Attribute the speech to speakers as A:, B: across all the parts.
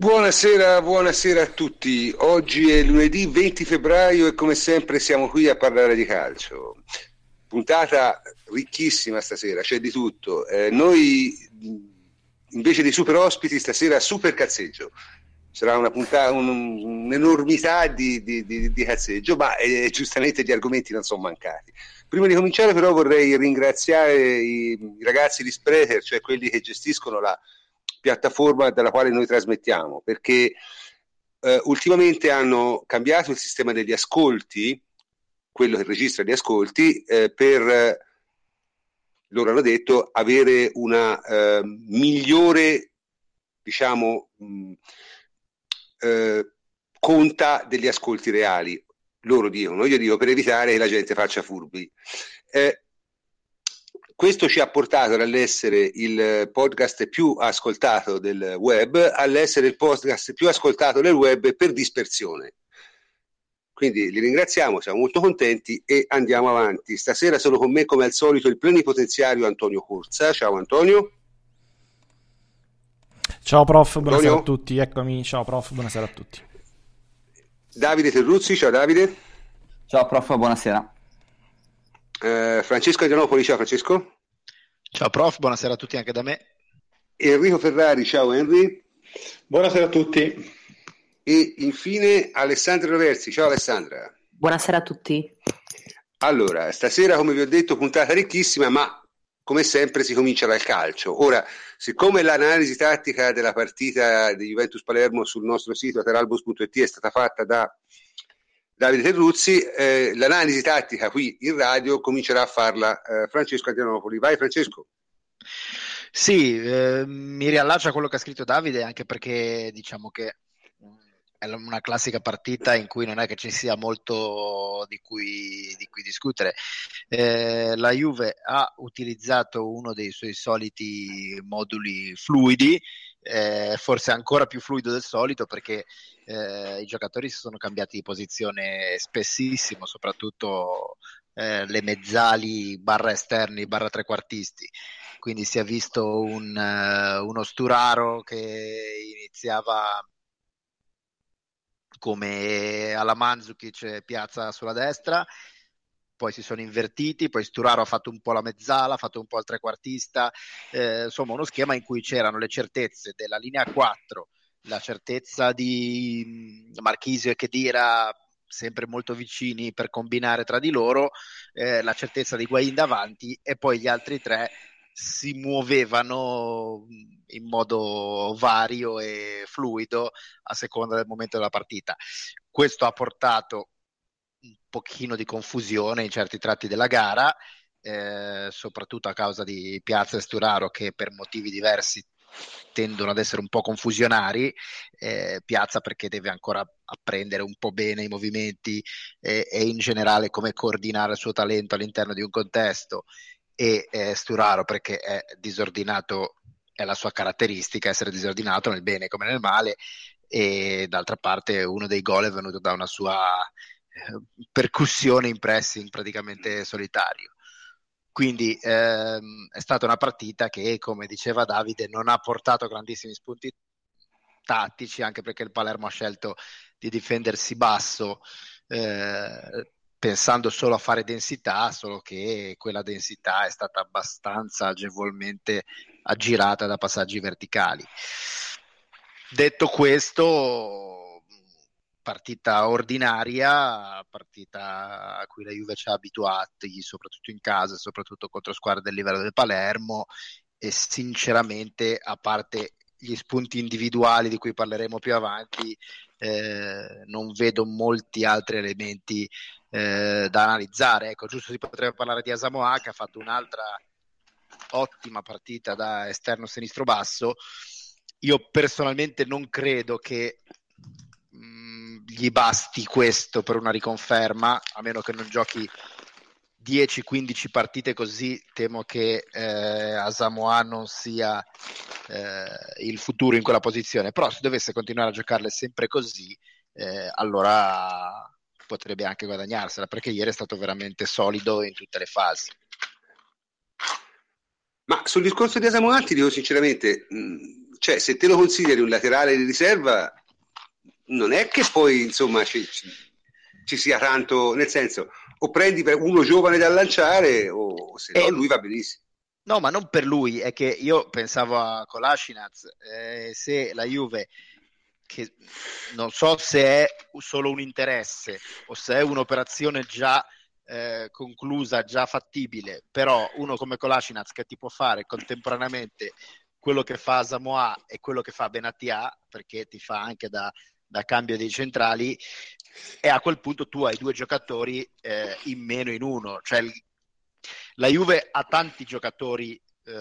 A: Buonasera a tutti. Oggi è lunedì 20 febbraio e come sempre siamo qui a parlare di calcio. Puntata ricchissima stasera, c'è di tutto. Noi invece di super ospiti stasera super cazzeggio. Sarà una puntata, un'enormità di cazzeggio, ma giustamente gli argomenti non sono mancati. Prima di cominciare però vorrei ringraziare i ragazzi di Spreaker, cioè quelli che gestiscono la piattaforma dalla quale noi trasmettiamo, perché ultimamente hanno cambiato il sistema degli ascolti, quello che registra gli ascolti, per, loro hanno detto, avere una migliore, diciamo, conta degli ascolti reali. Loro dicono, io dico per evitare che la gente faccia furbi. Questo ci ha portato dall'essere il podcast più ascoltato del web all'essere il podcast più ascoltato del web per dispersione. Quindi li ringraziamo, siamo molto contenti e andiamo avanti. Stasera sono con me come al solito il plenipotenziario Antonio Corsa. Ciao Antonio.
B: Ciao prof, buonasera a tutti, eccomi, ciao prof, buonasera a tutti.
A: Davide Terruzzi, ciao Davide.
C: Ciao prof, buonasera.
A: Francesco Adrianopoli, ciao Francesco.
D: Ciao prof, buonasera a tutti anche da me.
A: Enrico Ferrari, ciao Henry.
E: Buonasera a tutti.
A: E infine Alessandra Roversi, ciao Alessandra.
F: Buonasera a tutti.
A: Allora, stasera come vi ho detto puntata ricchissima, ma come sempre si comincia dal calcio. Ora, siccome l'analisi tattica della partita di Juventus Palermo sul nostro sito ateralbus.it è stata fatta da Davide Terruzzi, l'analisi tattica qui in radio comincerà a farla Francesco Adrianopoli. Vai Francesco.
D: Sì, mi riallaccio a quello che ha scritto Davide, anche perché diciamo che è una classica partita in cui non è che ci sia molto di cui discutere. La Juve ha utilizzato uno dei suoi soliti moduli fluidi, forse ancora più fluido del solito, perché i giocatori si sono cambiati di posizione spessissimo, soprattutto le mezzali barra esterni barra trequartisti. Quindi si è visto uno Sturaro che iniziava come alla Mandzukic, piazza sulla destra, poi si sono invertiti, poi Sturaro ha fatto un po' la mezzala, ha fatto un po' il trequartista, insomma uno schema in cui c'erano le certezze della linea 4, la certezza di Marchisio e Khedira sempre molto vicini per combinare tra di loro, la certezza di Higuaín davanti, e poi gli altri tre si muovevano in modo vario e fluido a seconda del momento della partita. Questo ha portato un pochino di confusione in certi tratti della gara, soprattutto a causa di Piazza e Sturaro, che per motivi diversi tendono ad essere un po' confusionari. Piazza perché deve ancora apprendere un po' bene i movimenti e in generale come coordinare il suo talento all'interno di un contesto, e Sturaro perché è disordinato, è la sua caratteristica essere disordinato nel bene come nel male, e d'altra parte uno dei gol è venuto da una sua percussione in pressing praticamente solitario. Quindi è stata una partita che, come diceva Davide, non ha portato grandissimi spunti tattici, anche perché il Palermo ha scelto di difendersi basso, pensando solo a fare densità, solo che quella densità è stata abbastanza agevolmente aggirata da passaggi verticali. Detto questo, partita ordinaria, partita a cui la Juve ci ha abituati, soprattutto in casa, soprattutto contro squadre del livello del Palermo, e sinceramente, a parte gli spunti individuali di cui parleremo più avanti, non vedo molti altri elementi da analizzare. Ecco, giusto si potrebbe parlare di Asamoah, che ha fatto un'altra ottima partita da esterno sinistro basso. Io personalmente non credo che gli basti questo per una riconferma, a meno che non giochi 10-15 partite così. Temo che Asamoah non sia il futuro in quella posizione, però se dovesse continuare a giocarle sempre così, allora potrebbe anche guadagnarsela, perché ieri è stato veramente solido in tutte le fasi.
A: Ma sul discorso di Asamoah ti dico sinceramente, cioè se te lo consideri un laterale di riserva non è che poi insomma ci sia tanto, nel senso, o prendi per uno giovane da lanciare o se no lui va benissimo.
D: No, ma non per lui, è che io pensavo a Kolasinac, se la Juve, che non so se è solo un interesse o se è un'operazione già conclusa, già fattibile, però uno come Kolasinac che ti può fare contemporaneamente quello che fa Asamoah e quello che fa Benatia, perché ti fa anche da cambio dei centrali, e a quel punto tu hai due giocatori in meno in uno, cioè la Juve ha tanti giocatori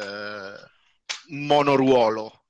D: monoruolo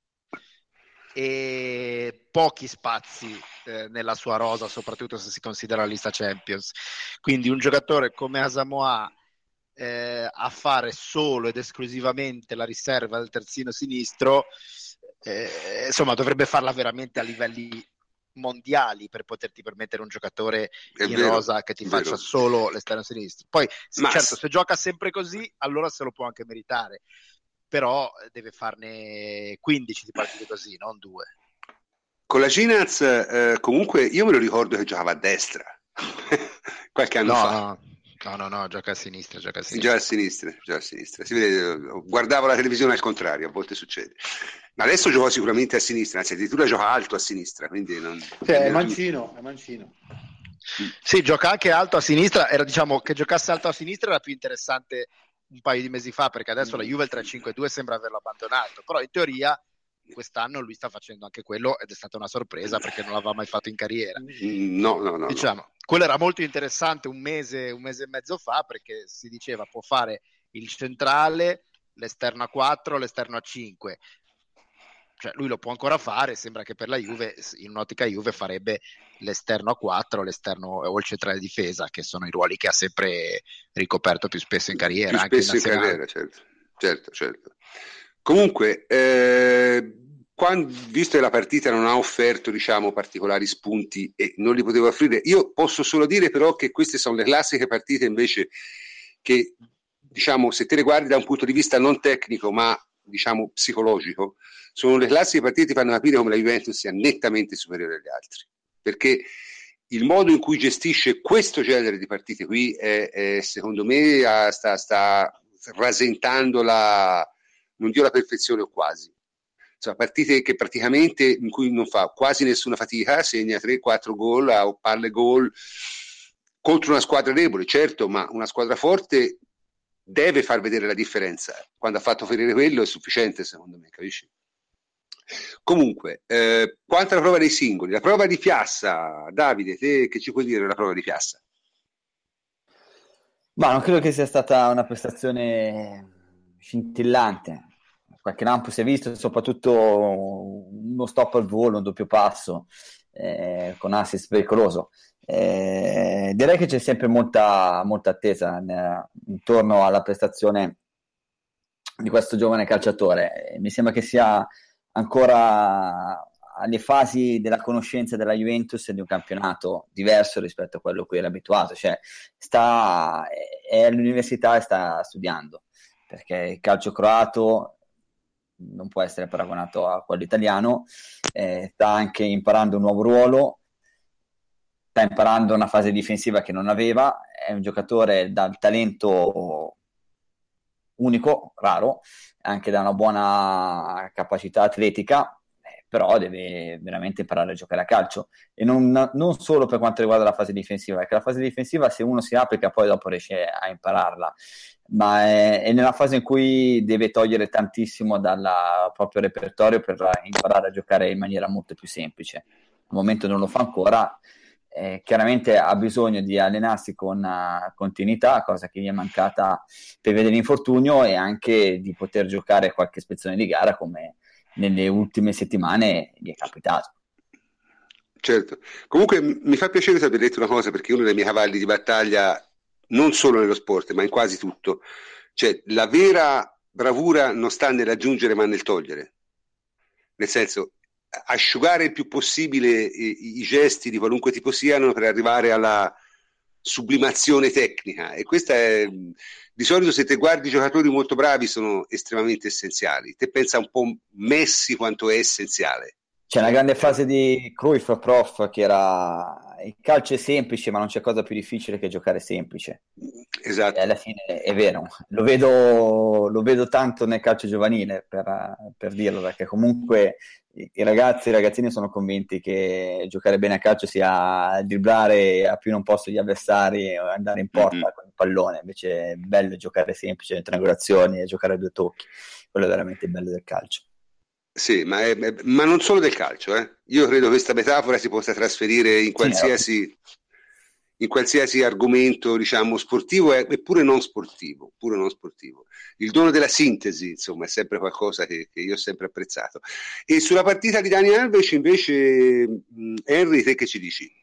D: e pochi spazi nella sua rosa, soprattutto se si considera la lista Champions. Quindi un giocatore come Asamoah a fare solo ed esclusivamente la riserva del terzino sinistro, insomma dovrebbe farla veramente a livelli mondiali per poterti permettere un giocatore rosa che ti faccia solo l'esterno sinistro. Poi certo, se gioca sempre così allora se lo può anche meritare, però deve farne 15 di partite così, non 2.
A: Con la Ginaz comunque io me lo ricordo che giocava a destra qualche anno fa.
D: No, gioca a sinistra.
A: Già a sinistra. Si vede, guardavo la televisione al contrario, a volte succede. Ma adesso gioca sicuramente a sinistra, anzi addirittura gioca alto a sinistra, quindi
E: è mancino.
D: Sì, gioca anche alto a sinistra, diciamo che giocasse alto a sinistra era più interessante un paio di mesi fa, perché adesso la Juve il 3-5-2 sembra averlo abbandonato, però in teoria quest'anno lui sta facendo anche quello ed è stata una sorpresa perché non l'aveva mai fatto in carriera.
A: No.
D: Diciamo, quello era molto interessante un mese e mezzo fa, perché si diceva può fare il centrale, l'esterno a 4, l'esterno a 5. Cioè lui lo può ancora fare, sembra che per la Juve, in un'ottica Juve, farebbe l'esterno a 4, l'esterno o il centrale di difesa, che sono i ruoli che ha sempre ricoperto più spesso in carriera.
A: Più spesso in carriera, certo. Comunque, visto che la partita non ha offerto, diciamo, particolari spunti e non li potevo offrire, io posso solo dire però che queste sono le classiche partite invece che, diciamo, se te le guardi da un punto di vista non tecnico ma, diciamo, psicologico, sono le classiche partite che fanno capire come la Juventus sia nettamente superiore agli altri, perché il modo in cui gestisce questo genere di partite qui è secondo me sta rasentando non dico la perfezione o quasi, insomma, partite che praticamente in cui non fa quasi nessuna fatica, segna 3-4 gol o palle gol contro una squadra debole, certo, ma una squadra forte deve far vedere la differenza. Quando ha fatto vedere quello è sufficiente, secondo me, capisci? Comunque, quanto alla prova dei singoli, la prova di Piazza, Davide, te che ci puoi dire della prova di Piazza?
C: Ma non credo che sia stata una prestazione scintillante. Qualche lampo si è visto, soprattutto uno stop al volo, un doppio passo con assist pericoloso. Direi che c'è sempre molta attesa intorno alla prestazione di questo giovane calciatore. Mi sembra che sia ancora alle fasi della conoscenza della Juventus e di un campionato diverso rispetto a quello a cui era abituato, cioè è all'università e sta studiando, perché il calcio croato non può essere paragonato a quello italiano, sta anche imparando un nuovo ruolo, sta imparando una fase difensiva che non aveva, è un giocatore dal talento unico, raro, anche da una buona capacità atletica, però deve veramente imparare a giocare a calcio, e non solo per quanto riguarda la fase difensiva, perché la fase difensiva se uno si applica poi dopo riesce a impararla, ma è nella fase in cui deve togliere tantissimo dal proprio repertorio per imparare a giocare in maniera molto più semplice. Al momento non lo fa ancora, chiaramente ha bisogno di allenarsi con continuità, cosa che gli è mancata per via dell'infortunio, e anche di poter giocare qualche spezzone di gara come nelle ultime settimane gli è capitato.
A: Certo, comunque mi fa piacere che abbia detto una cosa, perché uno dei miei cavalli di battaglia non solo nello sport ma in quasi tutto, cioè la vera bravura non sta nell'aggiungere ma nel togliere, nel senso asciugare il più possibile i gesti di qualunque tipo siano per arrivare sublimazione tecnica, e questa è, di solito se te guardi giocatori molto bravi sono estremamente essenziali. Te pensa un po' Messi quanto è essenziale.
C: C'è una grande frase di Cruyff, prof, che era: il calcio è semplice, ma non c'è cosa più difficile che giocare semplice.
A: Esatto.
C: E alla fine è vero, lo vedo tanto nel calcio giovanile, per dirlo, perché comunque i ragazzini sono convinti che giocare bene a calcio sia dribblare a più non posso gli avversari o andare in porta con il pallone. Invece è bello giocare semplice, le triangolazioni e giocare a 2 tocchi. Quello è veramente il bello del calcio.
A: Sì, ma non solo del calcio, eh. Io credo che questa metafora si possa trasferire in qualsiasi argomento, diciamo, sportivo e pure non sportivo. Il dono della sintesi, insomma, è sempre qualcosa che io ho sempre apprezzato. E sulla partita di Dani Alves, invece, Henry, te che ci dici?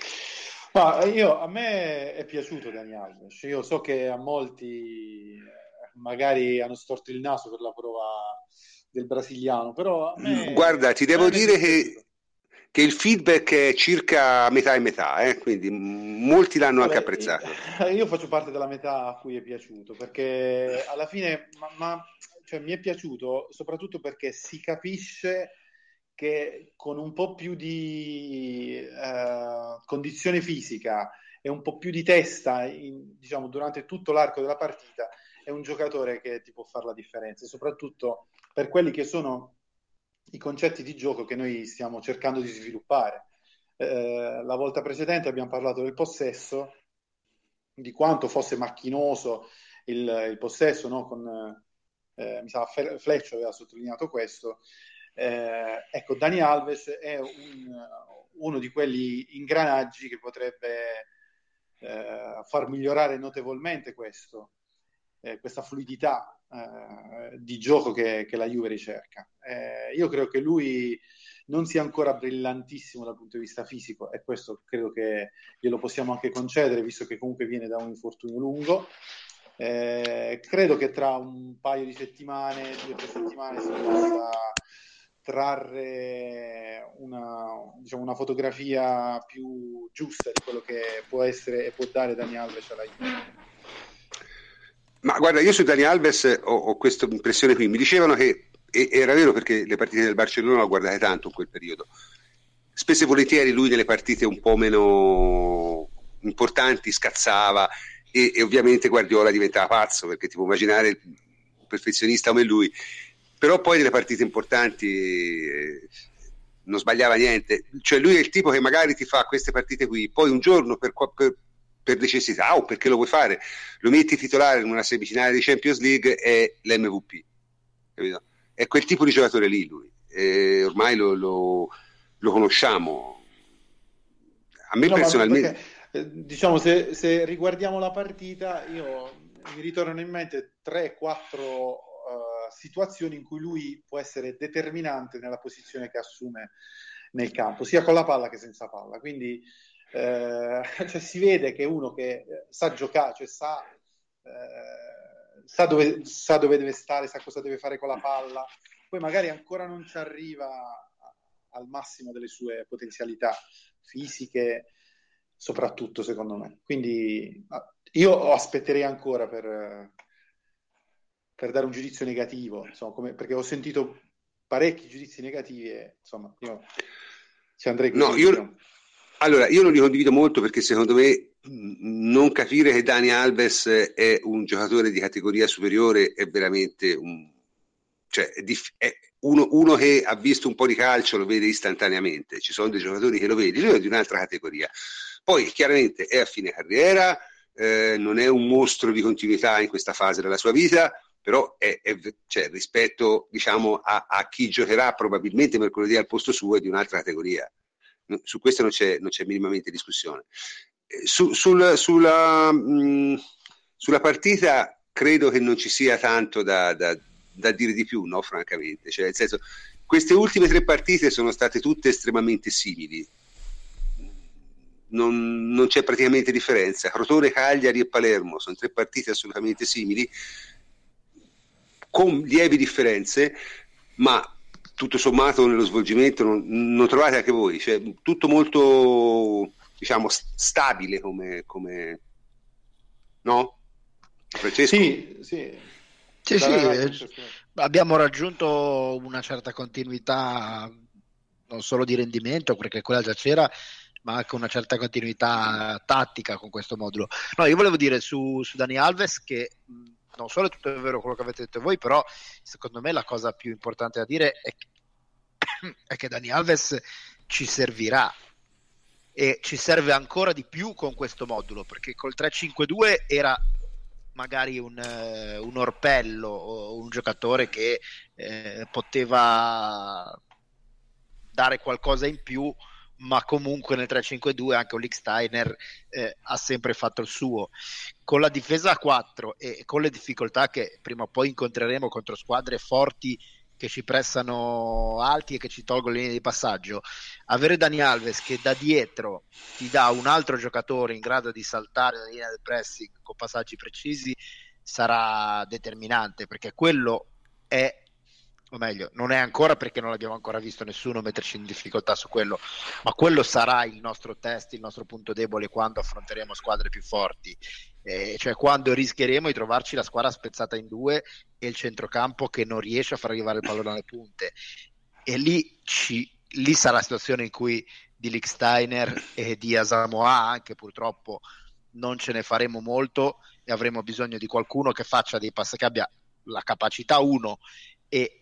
E: A me è piaciuto Dani Alves. Io so che a molti magari hanno storto il naso per la prova del brasiliano, però a me,
A: guarda, ti devo dire che il feedback è circa metà e metà, quindi molti l'hanno anche apprezzato.
E: Io faccio parte della metà a cui è piaciuto, perché alla fine cioè, mi è piaciuto soprattutto perché si capisce che con un po' più di condizione fisica e un po' più di testa, diciamo, durante tutto l'arco della partita, è un giocatore che ti può fare la differenza, soprattutto per quelli che sono i concetti di gioco che noi stiamo cercando di sviluppare. La volta precedente abbiamo parlato del possesso, di quanto fosse macchinoso il possesso, no? Mi sa Fleccio aveva sottolineato questo. Ecco, Dani Alves è uno di quegli ingranaggi che potrebbe far migliorare notevolmente questa fluidità di gioco che la Juve ricerca. Io credo che lui non sia ancora brillantissimo dal punto di vista fisico, e questo credo che glielo possiamo anche concedere, visto che comunque viene da un infortunio lungo. Credo che tra un paio di settimane, 2 o 3 settimane, si possa trarre una fotografia più giusta di quello che può essere e può dare Dani Alves alla Juve.
A: Ma guarda, io su Dani Alves ho questa impressione qui. Mi dicevano che, e era vero perché le partite del Barcellona l'ho guardate tanto in quel periodo, spesso e volentieri lui nelle partite un po' meno importanti scazzava, e ovviamente Guardiola diventava pazzo, perché ti puoi immaginare un perfezionista come lui, però poi nelle partite importanti non sbagliava niente. Cioè lui è il tipo che magari ti fa queste partite qui, poi un giorno per necessità o perché lo vuoi fare, lo metti titolare in una semifinale di Champions League, è l'MVP, capito? È quel tipo di giocatore lì lui, ormai lo conosciamo. A me personalmente,
E: diciamo, se riguardiamo la partita, mi ritornano in mente 3-4 situazioni in cui lui può essere determinante nella posizione che assume nel campo, sia con la palla che senza palla. Quindi cioè si vede che è uno che sa giocare, cioè sa dove deve stare, sa cosa deve fare con la palla, poi magari ancora non ci arriva al massimo delle sue potenzialità fisiche, soprattutto secondo me. Quindi io aspetterei ancora per dare un giudizio negativo, insomma, perché ho sentito parecchi giudizi negativi e insomma io ci andrei così.
A: Allora, io non li condivido molto, perché secondo me non capire che Dani Alves è un giocatore di categoria superiore è veramente è uno che ha visto un po' di calcio lo vede istantaneamente. Ci sono dei giocatori che lo vedi, lui è di un'altra categoria. Poi chiaramente è a fine carriera, non è un mostro di continuità in questa fase della sua vita, però cioè, rispetto, diciamo, a chi giocherà probabilmente mercoledì al posto suo, è di un'altra categoria. Su questo non c'è minimamente discussione. Sulla partita credo che non ci sia tanto da dire di più, no, francamente. Cioè, nel senso, queste ultime 3 partite sono state tutte estremamente simili, non c'è praticamente differenza. Crotone, Cagliari e Palermo sono 3 partite assolutamente simili, con lievi differenze, ma tutto sommato nello svolgimento non trovate anche voi, cioè tutto molto diciamo, stabile come... No? Francesco?
E: Sì.
D: Abbiamo raggiunto una certa continuità non solo di rendimento, perché quella già c'era, ma anche una certa continuità tattica con questo modulo. No, io volevo dire su Dani Alves che non solo è tutto vero quello che avete detto voi, però secondo me la cosa più importante da dire è che Dani Alves ci servirà, e ci serve ancora di più con questo modulo, perché col 3-5-2 era magari un orpello o un giocatore che poteva dare qualcosa in più, ma comunque nel 3-5-2 anche Lichtsteiner ha sempre fatto il suo. Con la difesa a 4 e con le difficoltà che prima o poi incontreremo contro squadre forti che ci pressano alti e che ci tolgono le linee di passaggio, avere Dani Alves che da dietro ti dà un altro giocatore in grado di saltare la linea del pressing con passaggi precisi sarà determinante, perché quello è, o meglio, non è ancora, perché non l'abbiamo ancora visto nessuno metterci in difficoltà su quello, ma quello sarà il nostro test, il nostro punto debole quando affronteremo squadre più forti, cioè quando rischieremo di trovarci la squadra spezzata in due e il centrocampo che non riesce a far arrivare il pallone alle punte, e lì sarà la situazione in cui di Lichtsteiner e di Asamoah anche purtroppo non ce ne faremo molto, e avremo bisogno di qualcuno che faccia dei passi, che abbia la capacità 1 e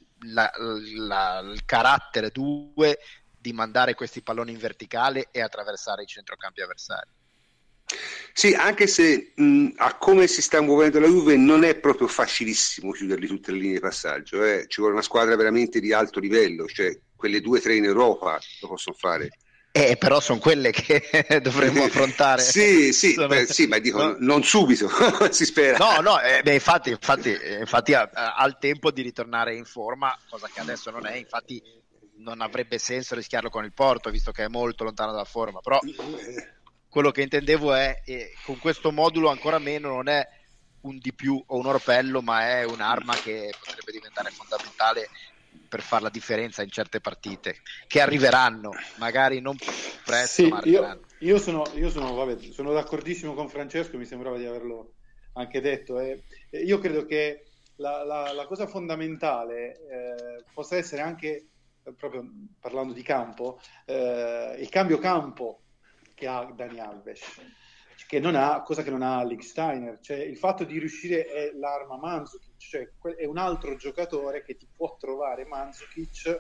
D: il carattere 2 di mandare questi palloni in verticale e attraversare i centrocampi avversari.
A: Sì, anche se a come si sta muovendo la Juve non è proprio facilissimo chiuderli tutte le linee di passaggio, ci vuole una squadra veramente di alto livello, cioè quelle 2 o 3 in Europa lo possono fare.
D: Però sono quelle che dovremmo affrontare.
A: Sì, ma dico, no? Non subito, si spera.
D: Infatti ha il tempo di ritornare in forma, cosa che adesso non è, infatti non avrebbe senso rischiarlo con il Porto, visto che è molto lontano dalla forma, però quello che intendevo è con questo modulo ancora meno non è un di più o un orpello, ma è un'arma che potrebbe diventare fondamentale per fare la differenza in certe partite che arriveranno, magari non presto,
E: sì,
D: ma arriveranno.
E: Io sono d'accordissimo con Francesco, mi sembrava di averlo anche detto. Io credo che la cosa fondamentale possa essere anche, proprio parlando di campo, il cambio campo che ha Dani Alves, che non ha, cosa che non ha Lichtsteiner, cioè il fatto di riuscire, è l'arma Mandzukic, cioè è un altro giocatore che ti può trovare Mandzukic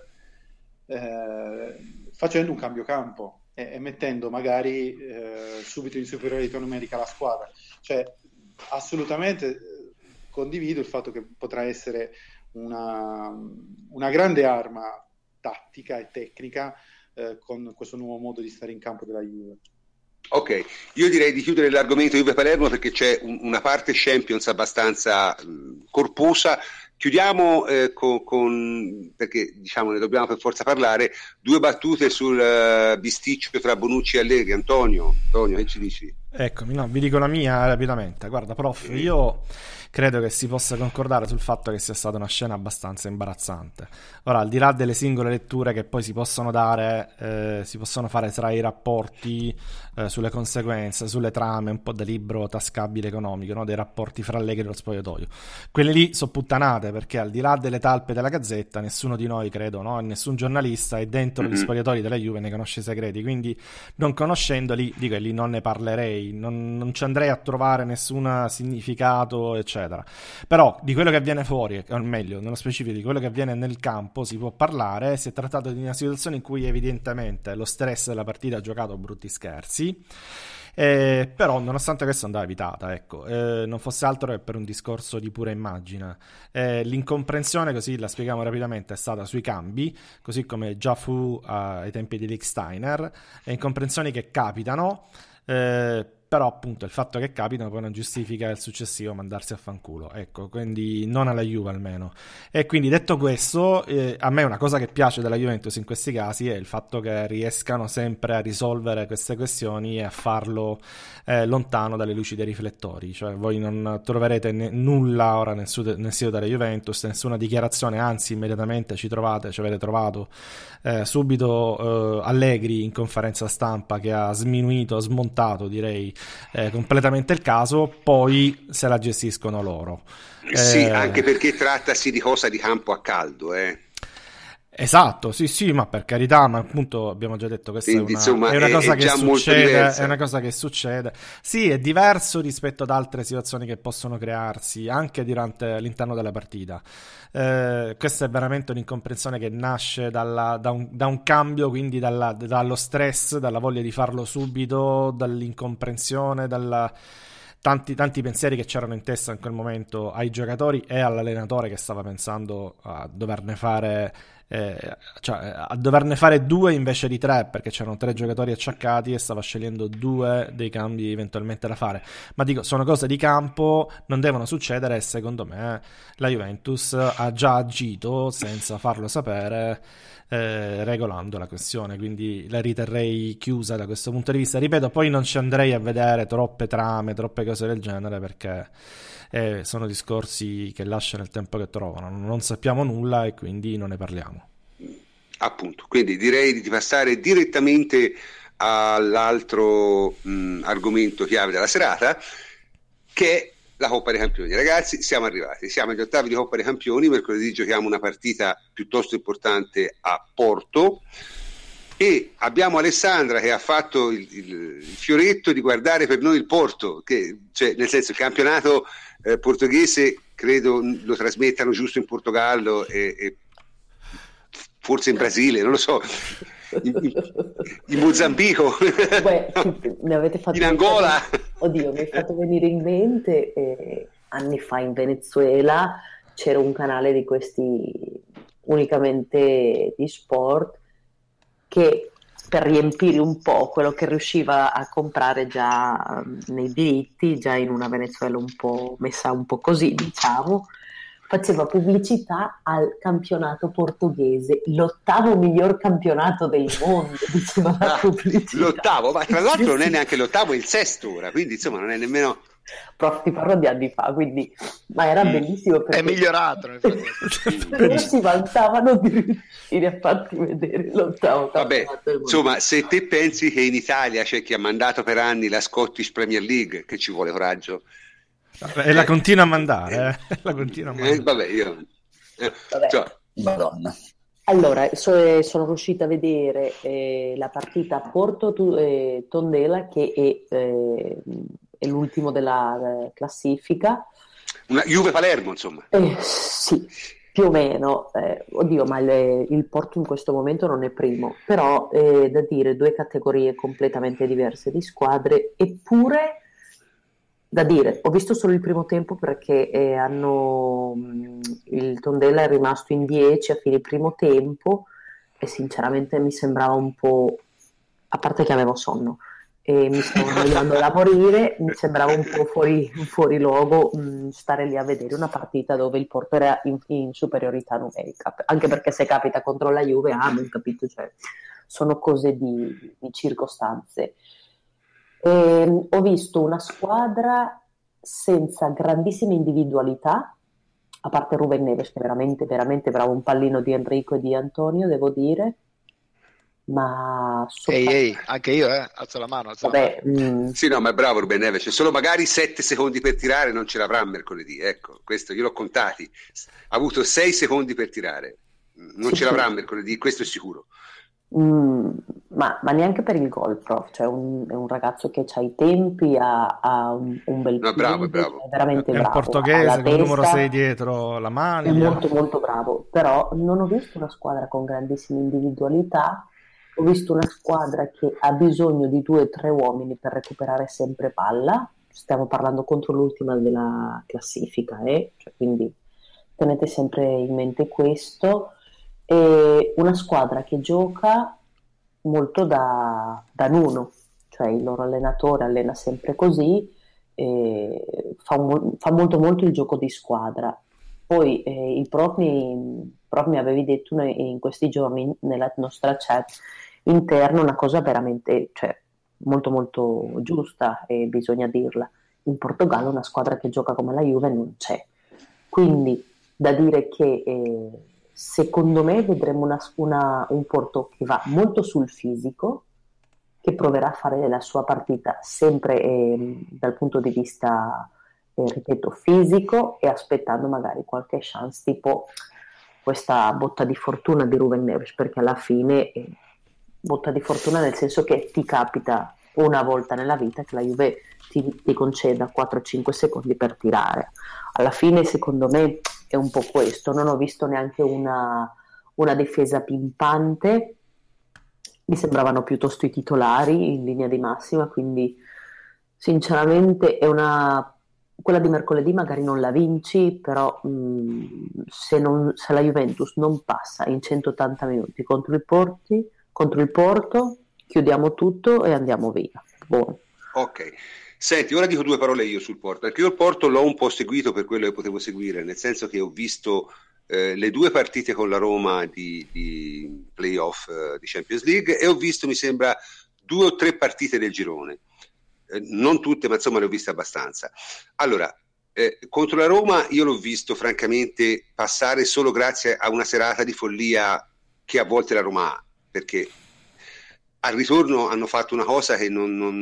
E: facendo un cambio campo e mettendo magari subito in superiorità numerica la squadra. Cioè assolutamente condivido il fatto che potrà essere una grande arma tattica e tecnica con questo nuovo modo di stare in campo della Juve.
A: Ok, io direi di chiudere l'argomento Juve-Palermo perché c'è una parte Champions abbastanza corposa. Chiudiamo perché diciamo ne dobbiamo per forza parlare, 2 battute sul bisticcio tra Bonucci e Allegri. Antonio, che ci dici?
B: Eccomi, no, vi dico la mia rapidamente. Guarda, prof, io credo che si possa concordare sul fatto che sia stata una scena abbastanza imbarazzante. Ora, al di là delle singole letture che poi si possono dare, si possono fare tra i rapporti sulle conseguenze, sulle trame, un po' da libro tascabile economico, no? Dei rapporti fra Allegri e lo spogliatoio. Quelle lì sono puttanate, perché al di là delle talpe della Gazzetta, nessuno di noi, credo, no? Nessun giornalista è dentro gli spogliatoi della Juve, ne conosce i segreti, quindi non conoscendoli, dico che lì non ne parlerei, non ci andrei a trovare nessun significato, eccetera. Però di quello che avviene fuori, o meglio, nello specifico di quello che avviene nel campo, si può parlare. Si è trattato di una situazione in cui evidentemente lo stress della partita ha giocato brutti scherzi, però nonostante questo andava evitata, ecco. Non fosse altro che per un discorso di pura immagine. L'incomprensione, così la spieghiamo rapidamente, è stata sui cambi, così come già fu ai tempi di Lichtsteiner, le incomprensioni che capitano. però appunto il fatto che capitano poi non giustifica il successivo mandarsi a fanculo, ecco, quindi non alla Juve almeno. E quindi detto questo, a me una cosa che piace della Juventus in questi casi è il fatto che riescano sempre a risolvere queste questioni e a farlo lontano dalle luci dei riflettori, cioè voi non troverete nulla ora nel sito della Juventus, nessuna dichiarazione, anzi immediatamente ci avete trovato subito Allegri in conferenza stampa che ha smontato direi completamente il caso, poi se la gestiscono loro.
A: Sì, anche perché trattasi di cosa di campo a caldo,
B: Esatto, sì, ma per carità, ma appunto abbiamo già detto questa
A: quindi, insomma,
B: è una cosa che succede,
A: è
B: una cosa che succede. Sì, è diverso rispetto ad altre situazioni che possono crearsi anche all'interno della partita. Questa è veramente un'incomprensione che nasce da un cambio, quindi dallo stress, dalla voglia di farlo subito, dall'incomprensione, tanti pensieri che c'erano in testa in quel momento ai giocatori e all'allenatore che stava pensando a doverne fare due invece di tre, perché c'erano 3 giocatori acciaccati e stava scegliendo 2 dei cambi eventualmente da fare. Ma dico, sono cose di campo, non devono succedere e secondo me la Juventus ha già agito senza farlo sapere, regolando la questione, quindi la riterrei chiusa da questo punto di vista. Ripeto, poi non ci andrei a vedere troppe trame, troppe cose del genere, perché sono discorsi che lasciano il tempo che trovano, non sappiamo nulla e quindi non ne parliamo.
A: Appunto, quindi direi di passare direttamente all'altro argomento chiave della serata, che è la Coppa dei Campioni. Ragazzi, siamo agli ottavi di Coppa dei Campioni. Mercoledì giochiamo una partita piuttosto importante a Porto e abbiamo Alessandra che ha fatto il fioretto di guardare per noi il Porto, che, cioè, nel senso, il campionato portoghese credo lo trasmettano giusto in Portogallo e forse in Brasile, non lo so, in Mozambico.
F: Beh, ne avete fatto
A: in Angola.
F: Oddio, mi hai fatto venire in mente anni fa in Venezuela c'era un canale di questi unicamente di sport che per riempire un po' quello che riusciva a comprare già nei diritti, già in una Venezuela un po' messa un po' così, diciamo, faceva pubblicità al campionato portoghese, l'8º miglior campionato del mondo, diceva la pubblicità.
A: L'8º, ma tra l'altro non è neanche l'8º, è il 6º ora, quindi insomma non è nemmeno...
F: Prof, ti parlo di anni fa, quindi... ma era bellissimo perché...
D: È migliorato nel frattempo.
F: Loro si vantavano di riuscire a farti vedere l'8º
A: Vabbè,
F: campionato del mondo.
A: insomma, se te pensi che in Italia c'è chi ha mandato per anni la Scottish Premier League, che ci vuole coraggio...
B: E la continua a mandare, la continua a mandare.
A: Vabbè, io...
F: Vabbè.
A: Cioè,
C: Madonna.
F: Allora, sono riuscita a vedere la partita Porto-Tondela, che è l'ultimo della classifica.
A: una Juve-Palermo, insomma.
F: Sì, più o meno. Oddio, ma il Porto in questo momento non è primo, però da dire 2 categorie completamente diverse di squadre, eppure da dire, ho visto solo il primo tempo perché il Tondela è rimasto in 10 a fine primo tempo e sinceramente mi sembrava un po', a parte che avevo sonno e mi stavo annoiando da morire, mi sembrava un po' fuori luogo stare lì a vedere una partita dove il Porto era in superiorità numerica, anche perché se capita contro la Juve, non capito, cioè sono cose di circostanze. Ho visto una squadra senza grandissime individualità, a parte Ruben Neves che è veramente, veramente bravo, un pallino di Enrico e di Antonio, devo dire, ma...
D: Ehi, anche io, alzo la mano.
F: Vabbè,
A: Sì, no, ma è bravo Ruben Neves, c'è solo magari 7 secondi per tirare, non ce l'avrà mercoledì, ecco, questo io l'ho contati, ha avuto 6 secondi per tirare, non ce l'avrà mercoledì, questo è sicuro.
F: ma neanche per il gol, prof, cioè è un ragazzo che ha i tempi, ha un bel
A: No, bravo,
F: piede,
A: bravo.
F: è veramente
B: È un
F: bravo,
B: portoghese
F: ha
B: con il numero
F: testa,
B: 6 dietro la
F: è
B: maglia.
F: molto molto bravo, però non ho visto una squadra con grandissime individualità, ho visto una squadra che ha bisogno di 2 o 3 uomini per recuperare sempre palla, stiamo parlando contro l'ultima della classifica, cioè, quindi tenete sempre in mente questo. Una squadra che gioca molto da Nuno, cioè il loro allenatore allena sempre così, fa molto molto il gioco di squadra. Poi il prof mi avevi detto in questi giorni nella nostra chat interna una cosa veramente, cioè, molto molto giusta, e bisogna dirla. In Portogallo una squadra che gioca come la Juve non c'è. Quindi da dire che secondo me vedremo un Porto che va molto sul fisico, che proverà a fare la sua partita sempre dal punto di vista, ripeto, fisico, e aspettando magari qualche chance, tipo questa botta di fortuna di Ruben Neves, perché alla fine botta di fortuna nel senso che ti capita una volta nella vita che la Juve ti conceda 4-5 secondi per tirare. Alla fine secondo me è un po' questo. Non ho visto neanche una difesa pimpante, mi sembravano piuttosto i titolari in linea di massima, quindi sinceramente quella di mercoledì magari non la vinci, però se la Juventus non passa in 180 minuti contro il Porto, chiudiamo tutto e andiamo via. Buono.
A: Ok, senti, ora dico due parole io sul Porto, perché io il Porto l'ho un po' seguito per quello che potevo seguire, nel senso che ho visto le due partite con la Roma di playoff di Champions League, e ho visto, mi sembra, 2 o 3 partite del girone, non tutte, ma insomma le ho viste abbastanza. Allora, contro la Roma io l'ho visto francamente passare solo grazie a una serata di follia che a volte la Roma ha, perché al ritorno hanno fatto una cosa che io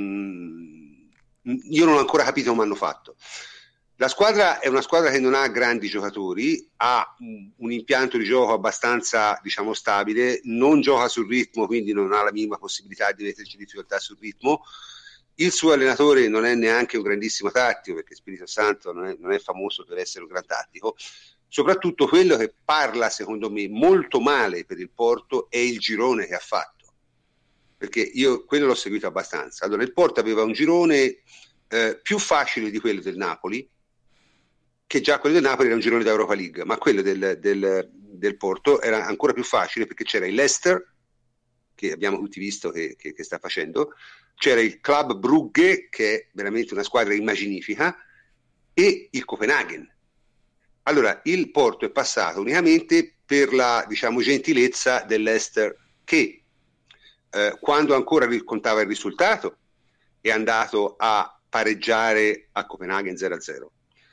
A: non ho ancora capito come hanno fatto. La squadra è una squadra che non ha grandi giocatori, ha un impianto di gioco abbastanza, diciamo, stabile, non gioca sul ritmo, quindi non ha la minima possibilità di metterci difficoltà sul ritmo. Il suo allenatore non è neanche un grandissimo tattico, perché Spirito Santo non è famoso per essere un gran tattico. Soprattutto quello che parla, secondo me, molto male per il Porto è il girone che ha fatto, perché io quello l'ho seguito abbastanza. Allora, il Porto aveva un girone più facile di quello del Napoli, che già quello del Napoli era un girone d'Europa League, ma quello del Porto era ancora più facile, perché c'era il Leicester, che abbiamo tutti visto che sta facendo, c'era il Club Brugge, che è veramente una squadra immaginifica, e il Copenaghen. Allora, il Porto è passato unicamente per la, diciamo, gentilezza del Leicester, che quando ancora contava il risultato è andato a pareggiare a Copenaghen 0-0.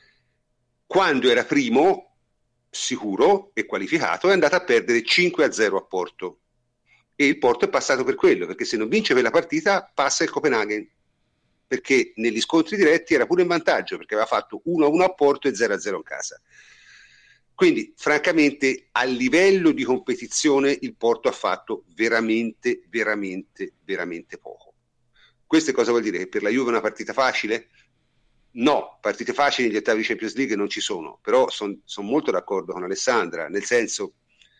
A: Quando era primo, sicuro e qualificato, è andato a perdere 5-0 a Porto. E il Porto è passato per quello, perché se non vince quella partita passa il Copenaghen, perché negli scontri diretti era pure in vantaggio, perché aveva fatto 1-1 a Porto e 0-0 in casa. Quindi francamente a livello di competizione il Porto ha fatto veramente veramente veramente poco. Questo cosa vuol dire? Che per la Juve è una partita facile? No, partite facili negli ottavi di Champions League non ci sono, però sono molto d'accordo con Alessandra, nel senso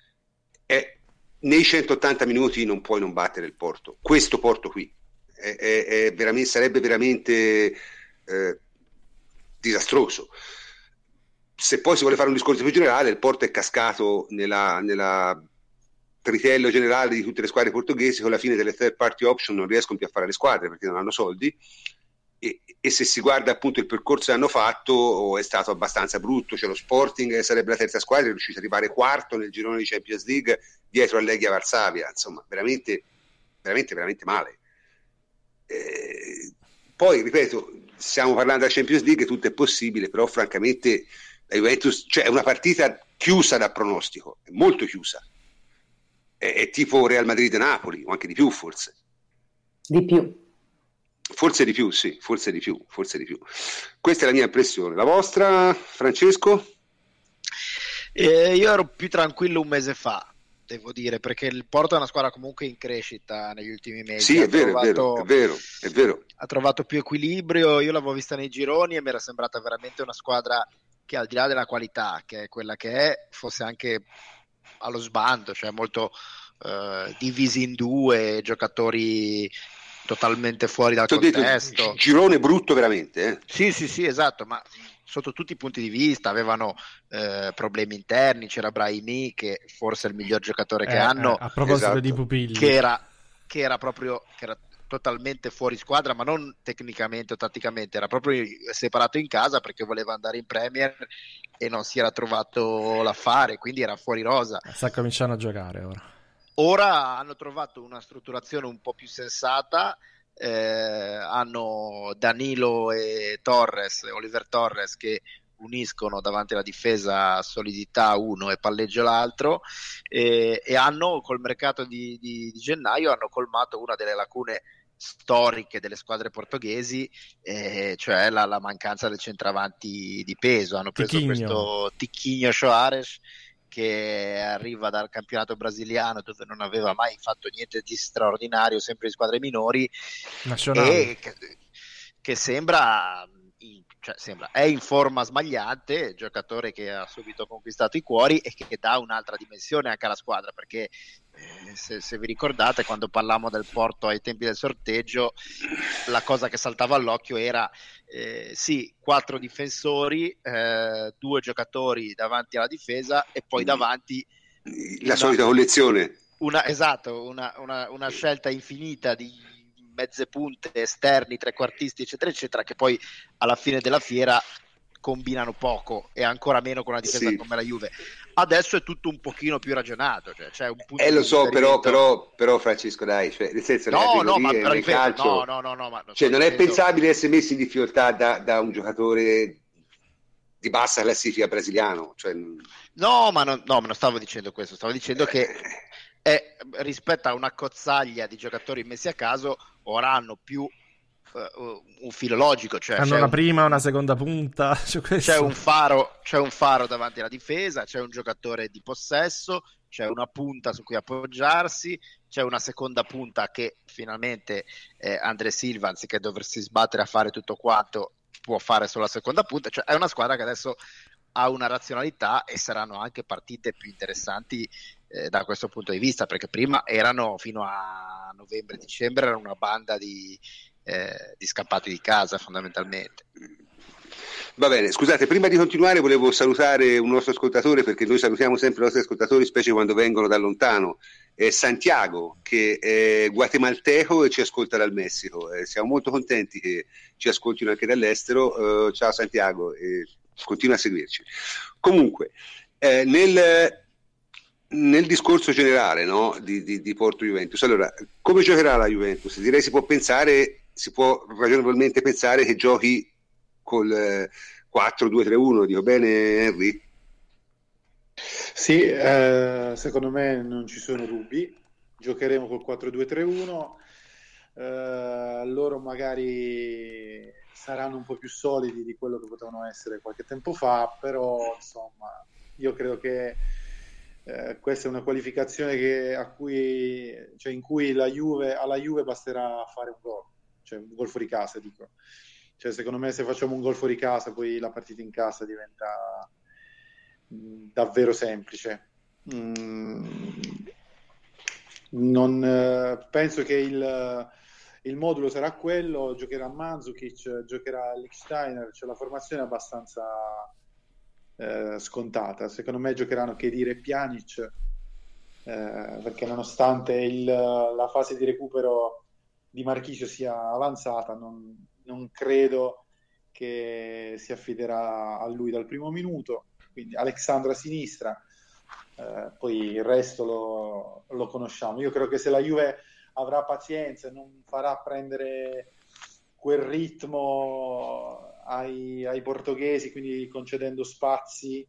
A: nei 180 minuti non puoi non battere il Porto, questo Porto qui sarebbe veramente disastroso. Se poi si vuole fare un discorso più generale, il Porto è cascato nella tritello generale di tutte le squadre portoghesi. Con la fine delle third party option non riescono più a fare le squadre perché non hanno soldi, e se si guarda appunto il percorso che hanno fatto è stato abbastanza brutto. Cioè, lo Sporting, che sarebbe la terza squadra, è riuscito ad arrivare quarto nel girone di Champions League dietro a Legia Varsavia, insomma veramente veramente veramente male. Poi ripeto, stiamo parlando della Champions League, tutto è possibile, però francamente la Juventus, cioè, è una partita chiusa da pronostico, è molto chiusa, è tipo Real Madrid-Napoli, o anche di più forse.
F: Di più.
A: Forse di più, sì, forse di più. Questa è la mia impressione. La vostra, Francesco?
D: Io ero più tranquillo un mese fa, devo dire, perché il Porto è una squadra comunque in crescita negli ultimi mesi.
A: Sì, è vero.
D: Ha trovato più equilibrio. Io l'avevo vista nei gironi e mi era sembrata veramente una squadra che, al di là della qualità, che è quella che è, fosse anche allo sbando, cioè molto divisi in due, giocatori totalmente fuori dal contesto.
A: Girone brutto veramente.
D: Sì, esatto, ma sotto tutti i punti di vista. Avevano problemi interni, c'era Brahimi, che forse è il miglior giocatore che hanno,
B: a proposito di pupilli,
D: che era totalmente fuori squadra, ma non tecnicamente o tatticamente, era proprio separato in casa perché voleva andare in Premier e non si era trovato l'affare, quindi era fuori rosa.
B: Sta cominciando a giocare ora.
D: Ora hanno trovato una strutturazione un po' più sensata, hanno Danilo e Oliver Torres, che uniscono davanti alla difesa solidità uno e palleggio l'altro, e hanno col mercato di gennaio hanno colmato una delle lacune storiche delle squadre portoghesi, cioè la mancanza del centravanti di peso. Hanno preso questo Tiquinho Soares, che arriva dal campionato brasiliano, dove non aveva mai fatto niente di straordinario, sempre in squadre minori,
B: nazionale,
D: e che sembra è in forma smagliante, giocatore che ha subito conquistato i cuori e che dà un'altra dimensione anche alla squadra, perché se vi ricordate, quando parlavamo del Porto ai tempi del sorteggio, la cosa che saltava all'occhio era sì, 4 difensori, 2 giocatori davanti alla difesa e poi davanti
A: la solita collezione,
D: una scelta infinita di mezze punte, esterni, trequartisti, eccetera eccetera, che poi alla fine della fiera combinano poco, e ancora meno con una difesa come la Juve. Adesso è tutto un pochino più ragionato, cioè c'è un punto
A: lo so, però Francesco, dai, cioè, nel senso, nel calcio, cioè, non è pensabile essere messi in difficoltà da un giocatore di bassa classifica brasiliano, cioè...
D: ma non stavo dicendo questo, stavo dicendo che rispetto a una cozzaglia di giocatori messi a caso, ora hanno più un filo logico, cioè
B: hanno una prima e una seconda punta,
D: c'è un faro davanti alla difesa, c'è un giocatore di possesso, c'è una punta su cui appoggiarsi, c'è una seconda punta che finalmente André Silva, anziché doversi sbattere a fare tutto quanto, può fare solo la seconda punta. Cioè è una squadra che adesso ha una razionalità, e saranno anche partite più interessanti da questo punto di vista, perché prima erano, fino a novembre-dicembre, erano una banda di scappati di casa fondamentalmente.
A: Va bene, scusate, prima di continuare volevo salutare un nostro ascoltatore, perché noi salutiamo sempre i nostri ascoltatori, specie quando vengono da lontano. È Santiago, che è guatemalteco e ci ascolta dal Messico. Siamo molto contenti che ci ascoltino anche dall'estero. Ciao Santiago, continua a seguirci. Comunque, nel discorso generale, no, di Porto Juventus, allora, come giocherà la Juventus? Direi si può ragionevolmente pensare che giochi col 4-2-3-1, dico bene, Henry?
E: Sì, secondo me non ci sono dubbi, giocheremo col 4-2-3-1, loro magari saranno un po' più solidi di quello che potevano essere qualche tempo fa, però insomma io credo che questa è una qualificazione in cui alla Juve basterà fare un gol, cioè un gol fuori casa, dico. Cioè, secondo me, se facciamo un gol fuori casa, poi la partita in casa diventa davvero semplice. Non penso che il modulo sarà quello, giocherà Mandzukic, giocherà Lichtsteiner, cioè la formazione è abbastanza scontata. Secondo me giocheranno Khedira e Pjanic, perché nonostante la fase di recupero di Marchisio sia avanzata, non credo che si affiderà a lui dal primo minuto. Quindi Alexandro a sinistra, poi il resto lo conosciamo. Io credo che se la Juve avrà pazienza e non farà prendere quel ritmo ai portoghesi, quindi concedendo spazi,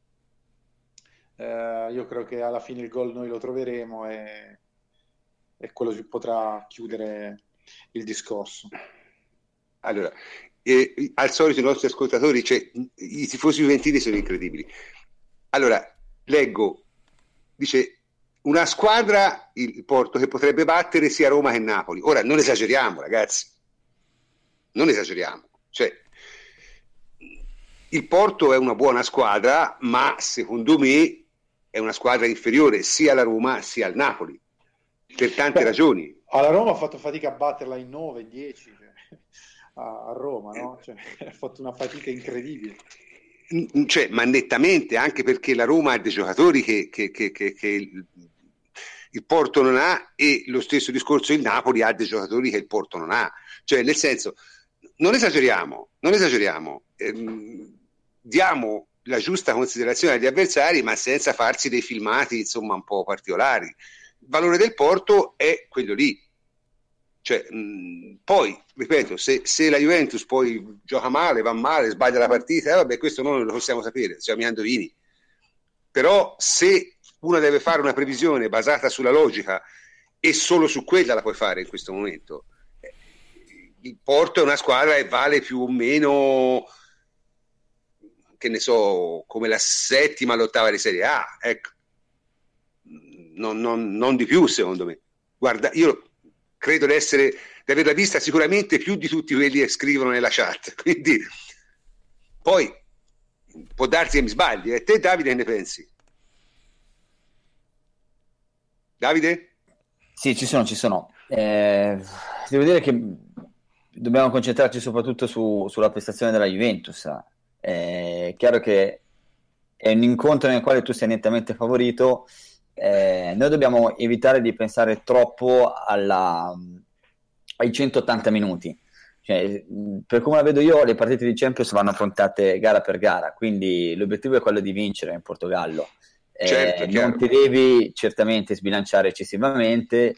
E: io credo che alla fine il gol noi lo troveremo e quello si potrà chiudere il discorso.
A: Allora, al solito i nostri ascoltatori, cioè i tifosi juventini sono incredibili. Allora, leggo, dice una squadra, il Porto, che potrebbe battere sia Roma che Napoli. Ora, non esageriamo, ragazzi, non esageriamo. Cioè, il Porto è una buona squadra, ma secondo me è una squadra inferiore sia alla Roma sia al Napoli, per tante ragioni.
E: Alla Roma ha fatto fatica a batterla in 9-10 a Roma, no? Cioè, ha fatto una fatica incredibile.
A: Cioè, ma nettamente, anche perché la Roma ha dei giocatori che il Porto non ha, e lo stesso discorso il Napoli ha dei giocatori che il Porto non ha, cioè nel senso non esageriamo, diamo la giusta considerazione agli avversari, ma senza farsi dei filmati insomma un po' particolari. Il valore del Porto è quello lì, cioè, poi ripeto, se la Juventus poi gioca male, va male, sbaglia la partita, vabbè, questo noi non lo possiamo sapere, siamo gli indovini. Però se uno deve fare una previsione basata sulla logica, e solo su quella la puoi fare in questo momento, il Porto è una squadra che vale più o meno, che ne so, come la settima, l'ottava di Serie A, ecco. Non di più, secondo me. Guarda, io credo di averla vista sicuramente più di tutti quelli che scrivono nella chat, quindi poi può darsi che mi sbagli. E te, Davide, che ne pensi? Davide?
C: Sì, ci sono. Devo dire che dobbiamo concentrarci soprattutto sulla prestazione della Juventus. È chiaro che è un incontro nel quale tu sei nettamente favorito. Noi dobbiamo evitare di pensare troppo ai 180 minuti. Cioè, per come la vedo io, le partite di Champions vanno affrontate gara per gara, quindi l'obiettivo è quello di vincere in Portogallo.
A: Certo,
C: non ti devi certamente sbilanciare eccessivamente,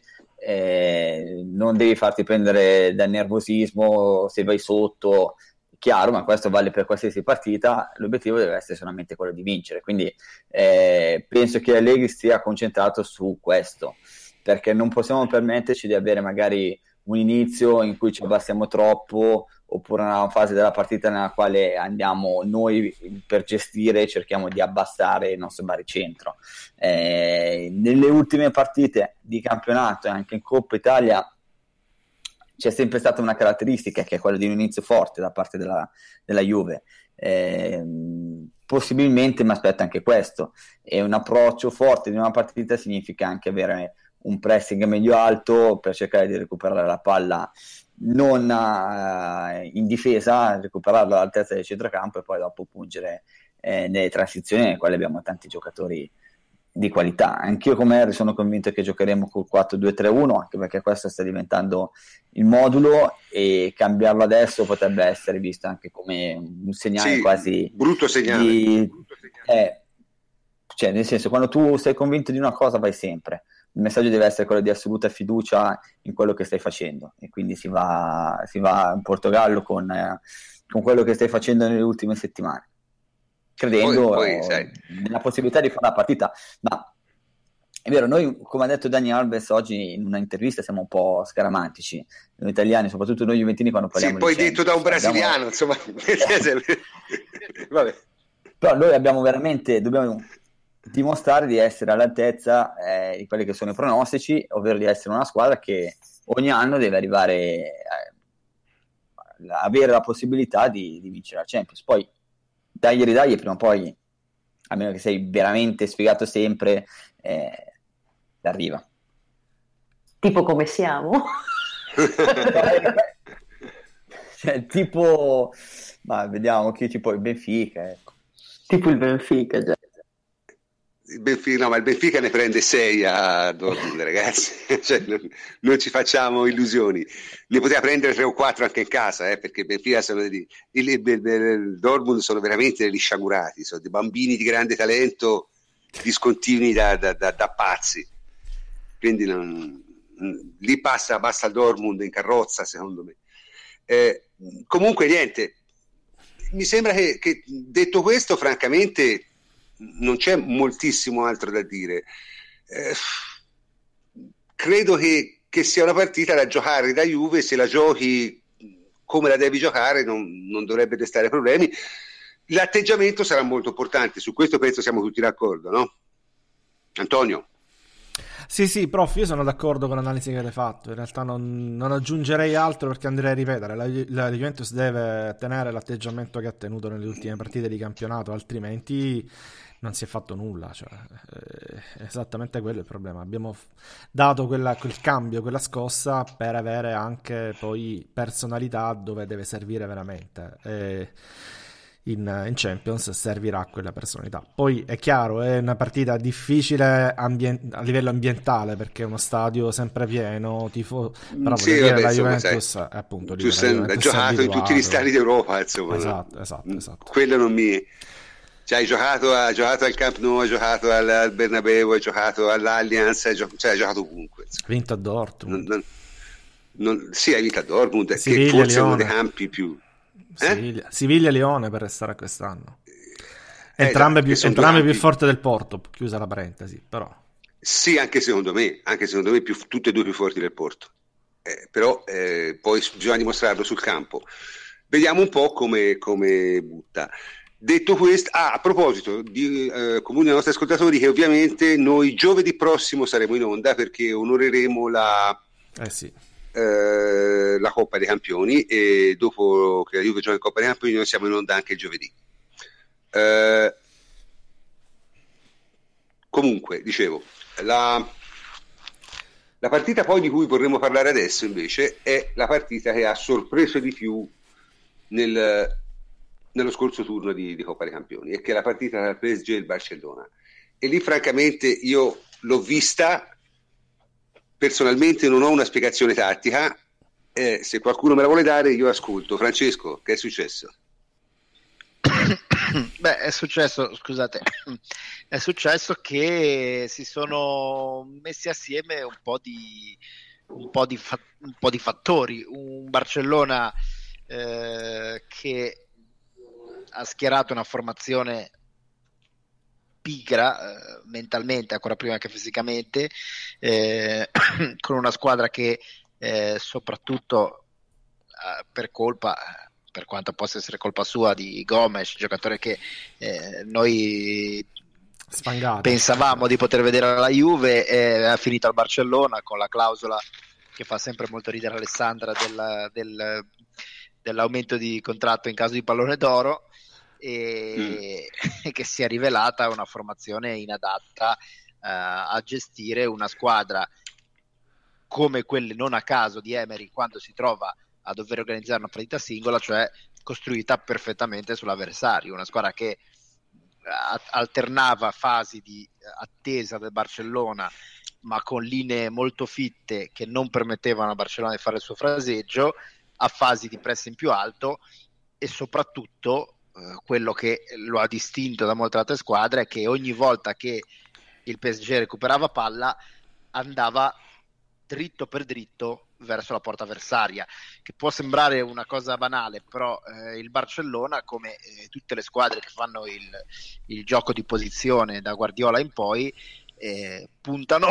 C: non devi farti prendere dal nervosismo se vai sotto, chiaro, ma questo vale per qualsiasi partita. L'obiettivo deve essere solamente quello di vincere, quindi penso che Allegri stia concentrato su questo, perché non possiamo permetterci di avere magari un inizio in cui ci abbassiamo troppo, oppure una fase della partita nella quale andiamo noi per gestire e cerchiamo di abbassare il nostro baricentro. Nelle ultime partite di campionato e anche in Coppa Italia c'è sempre stata una caratteristica, che è quella di un inizio forte da parte della Juve. Possibilmente mi aspetto anche questo, e un approccio forte di una partita significa anche avere un pressing medio-alto per cercare di recuperare la palla non in difesa, recuperarla all'altezza del centrocampo e poi dopo pungere nelle transizioni, nelle quali abbiamo tanti giocatori di qualità. Anch'io come Harry sono convinto che giocheremo col 4-2-3-1, anche perché questo sta diventando il modulo, e cambiarlo adesso potrebbe essere visto anche come un segnale, quasi
A: brutto segnale.
C: Cioè, nel senso, quando tu sei convinto di una cosa vai sempre. Il messaggio deve essere quello di assoluta fiducia in quello che stai facendo, e quindi si va in Portogallo con quello che stai facendo nelle ultime settimane, credendo nella possibilità di fare la partita. Ma è vero, noi, come ha detto Dani Alves oggi in una intervista, siamo un po' scaramantici, noi italiani, soprattutto noi juventini, quando parliamo
A: poi detto da un brasiliano, insomma. Vabbè.
C: Però noi dobbiamo dimostrare di essere all'altezza di quelli che sono i pronostici, ovvero di essere una squadra che ogni anno deve arrivare avere la possibilità di vincere la Champions. Poi dagli prima o poi, a meno che sei veramente sfigato sempre, arriva.
F: Tipo come siamo?
C: Cioè, tipo, ma vediamo chi ci può, il Benfica, ecco.
F: Tipo il Benfica, già.
A: Il Benfica, ma il Benfica ne prende 6 a Dortmund, ragazzi. Cioè, non ci facciamo illusioni. Ne poteva prendere 3 o 4 anche in casa, perché il Benfica il Dortmund sono veramente degli sciagurati, sono dei bambini di grande talento, discontinui da pazzi. Quindi lì basta il Dortmund in carrozza, secondo me. Comunque niente, mi sembra che detto questo, francamente non c'è moltissimo altro da dire. Credo che sia una partita da giocare da Juve. Se la giochi come la devi giocare non dovrebbe destare problemi. L'atteggiamento sarà molto importante, su questo penso siamo tutti d'accordo, no? Antonio?
B: Sì, prof, io sono d'accordo con l'analisi che avete fatto. In realtà non aggiungerei altro, perché andrei a ripetere: la Juventus deve tenere l'atteggiamento che ha tenuto nelle ultime partite di campionato, altrimenti non si è fatto nulla. Cioè, è esattamente quello il problema. Abbiamo dato quel cambio, quella scossa, per avere anche poi personalità dove deve servire veramente. in Champions servirà a quella personalità. Poi è chiaro, è una partita difficile a livello ambientale, perché è uno stadio sempre pieno, però
A: sì,
B: dire,
A: vabbè,
B: la
A: insomma,
B: Juventus
A: sai,
B: è appunto
A: tu
B: la Juventus
A: hai giocato in tutti gli stadi d'Europa, insomma,
B: esatto.
A: Quello non mi... Cioè, hai giocato al Camp Nou, hai giocato al Bernabeu, hai giocato all'Allianz, hai giocato ovunque.
B: Ha vinto a Dortmund.
A: Sì, hai vinto a Dortmund,
B: Siviglia,
A: che forse
B: Lione.
A: è uno dei campi più...
B: Siviglia e Lione per restare a quest'anno. Entrambe più forti del Porto, chiusa la parentesi, però.
A: Sì, anche secondo me tutte e due più forti del Porto. Però poi bisogna dimostrarlo sul campo. Vediamo un po' come butta. Detto questo, a proposito, comunico ai nostri ascoltatori che ovviamente noi giovedì prossimo saremo in onda, perché onoreremo la Coppa dei Campioni, e dopo che la Juve gioca in Coppa dei Campioni noi siamo in onda anche il giovedì. Comunque, dicevo, la partita poi di cui vorremmo parlare adesso invece è la partita che ha sorpreso di più nello scorso turno di Coppa dei Campioni, e che è la partita tra il PSG e il Barcellona. E lì francamente io l'ho vista, personalmente non ho una spiegazione tattica, se qualcuno me la vuole dare io ascolto. Francesco, che è successo?
D: Beh, è successo che si sono messi assieme un po' di fattori. Un Barcellona che ha schierato una formazione pigra mentalmente, ancora prima che fisicamente, con una squadra che soprattutto per quanto possa essere colpa sua, di Gomes, giocatore che noi pensavamo di poter vedere alla Juve, ha finito al Barcellona con la clausola che fa sempre molto ridere Alessandra dell'aumento di contratto in caso di pallone d'oro, e che si è rivelata una formazione inadatta a gestire una squadra come quelle, non a caso, di Emery quando si trova a dover organizzare una partita singola, cioè costruita perfettamente sull'avversario, una squadra che alternava fasi di attesa del Barcellona, ma con linee molto fitte che non permettevano a Barcellona di fare il suo fraseggio, a fasi di pressing più alto, e soprattutto quello che lo ha distinto da molte altre squadre è che ogni volta che il PSG recuperava palla andava dritto per dritto verso la porta avversaria, che può sembrare una cosa banale, però il Barcellona, come tutte le squadre che fanno il gioco di posizione da Guardiola in poi, puntano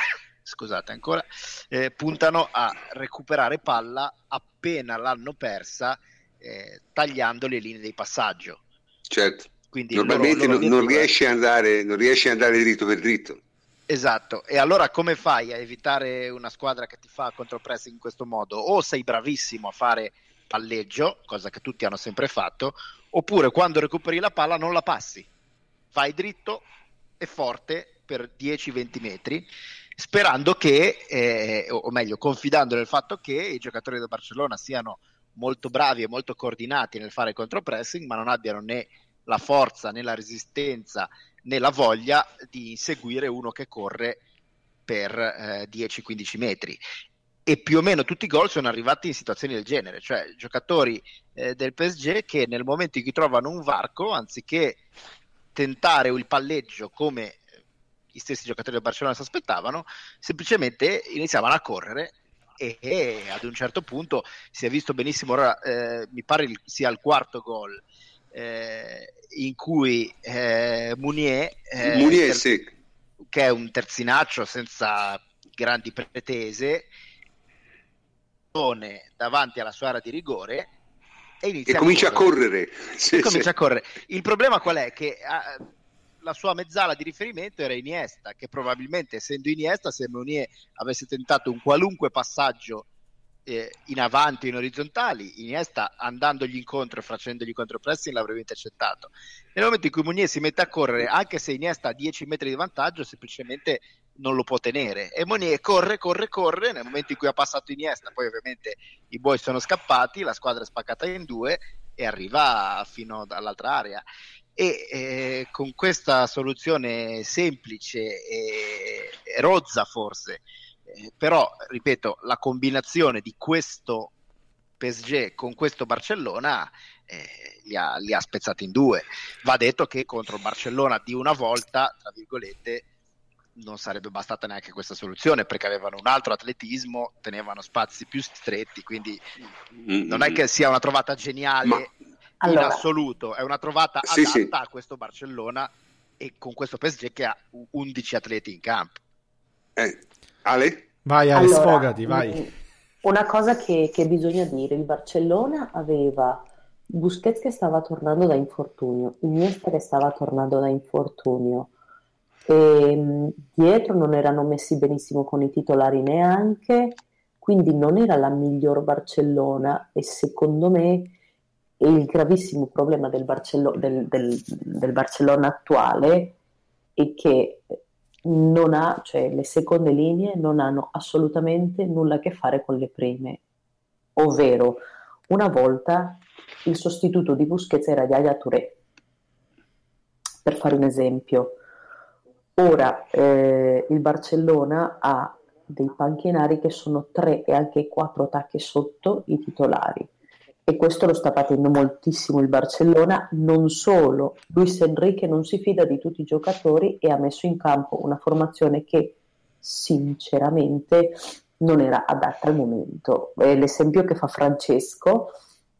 D: puntano a recuperare palla appena l'hanno persa, tagliando le linee di passaggio.
A: Certo.
D: Quindi
A: normalmente non riesce ad andare dritto per dritto.
D: Esatto, e allora come fai a evitare una squadra che ti fa contropressing in questo modo? O sei bravissimo a fare palleggio, cosa che tutti hanno sempre fatto, oppure quando recuperi la palla non la passi, fai dritto e forte per 10-20 metri, sperando che, o meglio, confidando nel fatto che i giocatori del Barcellona siano molto bravi e molto coordinati nel fare contropressing, ma non abbiano né la forza né la resistenza né la voglia di inseguire uno che corre per 10-15 metri. E più o meno tutti i gol sono arrivati in situazioni del genere, cioè giocatori del PSG che nel momento in cui trovano un varco, anziché tentare il palleggio come gli stessi giocatori del Barcellona si aspettavano, semplicemente iniziavano a correre, e ad un certo punto si è visto benissimo. Ora mi pare sia il quarto gol in cui Mounier
A: sì,
D: che è un terzinaccio senza grandi pretese, davanti alla sua area di rigore e
A: comincia a correre.
D: A correre. Il problema qual è? Che la sua mezzala di riferimento era Iniesta, che probabilmente, essendo Iniesta, se Mounier avesse tentato un qualunque passaggio in avanti o in orizzontali, Iniesta, andandogli incontro e facendogli contropressing, l'avrebbe intercettato. Nel momento in cui Mounier si mette a correre, anche se Iniesta ha 10 metri di vantaggio, semplicemente non lo può tenere, e Mounier corre. Nel momento in cui ha passato Iniesta, poi ovviamente i buoi sono scappati, la squadra è spaccata in due, e arriva fino all'altra area. E con questa soluzione semplice e rozza forse, però ripeto, la combinazione di questo PSG con questo Barcellona li ha spezzati in due. Va detto che contro il Barcellona di una volta, tra virgolette, non sarebbe bastata neanche questa soluzione, perché avevano un altro atletismo, tenevano spazi più stretti, quindi non è che sia una trovata geniale in assoluto, è una trovata adatta a questo Barcellona e con questo PSG che ha 11 atleti in campo.
A: Ale?
B: Vai Ale, sfogati, vai.
F: Una cosa che bisogna dire, il Barcellona aveva Busquets che stava tornando da infortunio, Iniesta che stava tornando da infortunio, e dietro non erano messi benissimo con i titolari neanche, quindi non era la miglior Barcellona, e secondo me il gravissimo problema del Barcellona attuale è che non ha, cioè le seconde linee non hanno assolutamente nulla a che fare con le prime, ovvero una volta il sostituto di Busquets era Yaya Touré, per fare un esempio. Ora il Barcellona ha dei panchinari che sono 3 e anche 4 tacche sotto i titolari, e questo lo sta patendo moltissimo il Barcellona. Non solo, Luis Enrique non si fida di tutti i giocatori e ha messo in campo una formazione che sinceramente non era adatta al momento. L'esempio che fa Francesco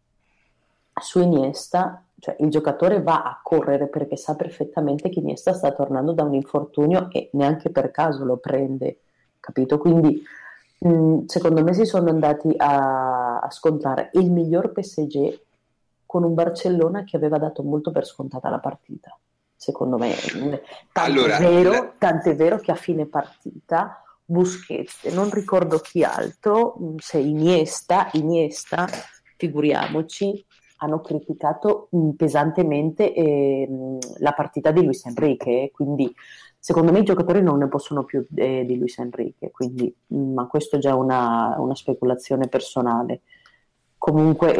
F: su Iniesta, cioè il giocatore va a correre perché sa perfettamente che Iniesta sta tornando da un infortunio e neanche per caso lo prende, capito? Quindi secondo me si sono andati a scontrare il miglior PSG con un Barcellona che aveva dato molto per scontata la partita, secondo me. Tant'è vero che a fine partita Busquets, non ricordo chi altro, se Iniesta, figuriamoci, hanno criticato pesantemente la partita di Luis Enrique, quindi secondo me i giocatori non ne possono più di Luis Enrique, quindi, ma questo è già una speculazione personale. Comunque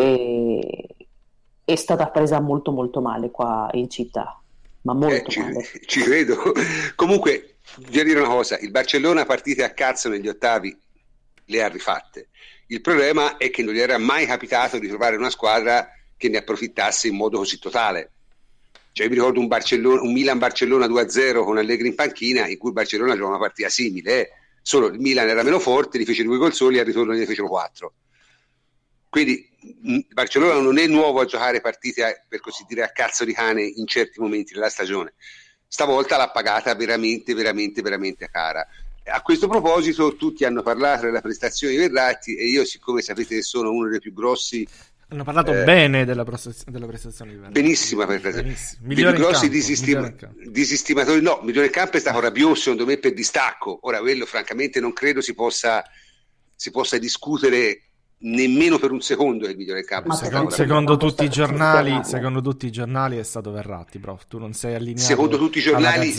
F: è stata presa molto molto male qua in città, ma molto male.
A: Ci credo. Comunque, devo dire una cosa, il Barcellona partite a cazzo negli ottavi le ha rifatte. Il problema è che non gli era mai capitato di trovare una squadra che ne approfittasse in modo così totale. Cioè, io mi ricordo un Milan-Barcellona 2-0 con Allegri in panchina, in cui il Barcellona giocava una partita simile, solo il Milan era meno forte, li fece 2 gol soli e al ritorno ne fecero 4. Quindi il Barcellona non è nuovo a giocare partite, per così dire, a cazzo di cane in certi momenti della stagione. Stavolta l'ha pagata veramente, veramente, veramente cara. A questo proposito tutti hanno parlato della prestazione di Verratti e io, siccome sapete che sono uno dei più grossi,
B: hanno parlato bene della prestazione di Verratti.
A: Benissima prestazione. I più grossi disestimatori. No, migliore in campo è stato Rabiot, secondo me, per distacco. Ora, quello francamente non credo si possa discutere nemmeno per un secondo il migliore in campo.
B: Secondo tutti i giornali è stato Verratti, prof. Tu non sei allineato.
A: Secondo tutti i giornali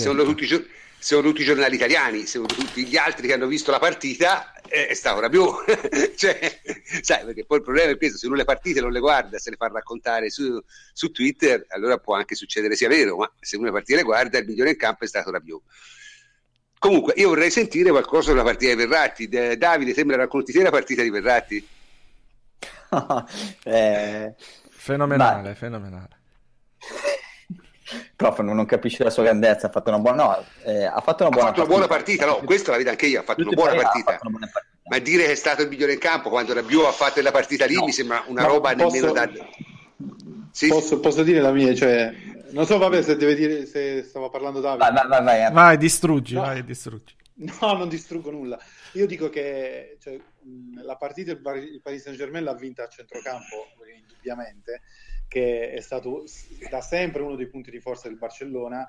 A: italiani, secondo tutti gli altri che hanno visto la partita, è stato Rabiot. Cioè, sai, perché poi il problema è questo: se uno le partite non le guarda, se le fa raccontare su Twitter, allora può anche succedere sia vero, ma se uno le partite le guarda, il migliore in campo è stato Rabiot. Comunque, io vorrei sentire qualcosa sulla partita di Verratti. Davide, te me la racconti te la partita di Verratti?
B: Fenomenale.
C: Prof, non capisce la sua grandezza. Ha fatto una buona
A: partita. No, questa la vedo anche io. Ha fatto una buona partita. Ma dire che è stato il migliore in campo quando Rabiot ha fatto la partita lì mi sembra una roba nemmeno da.
E: Sì? Posso dire la mia? Cioè, non so, vabbè, se deve dire se stava parlando Davide.
B: Vai, distruggi.
E: No, non distruggo nulla. Io dico che la partita il Paris Saint-Germain l'ha vinta a centrocampo, indubbiamente, che è stato da sempre uno dei punti di forza del Barcellona,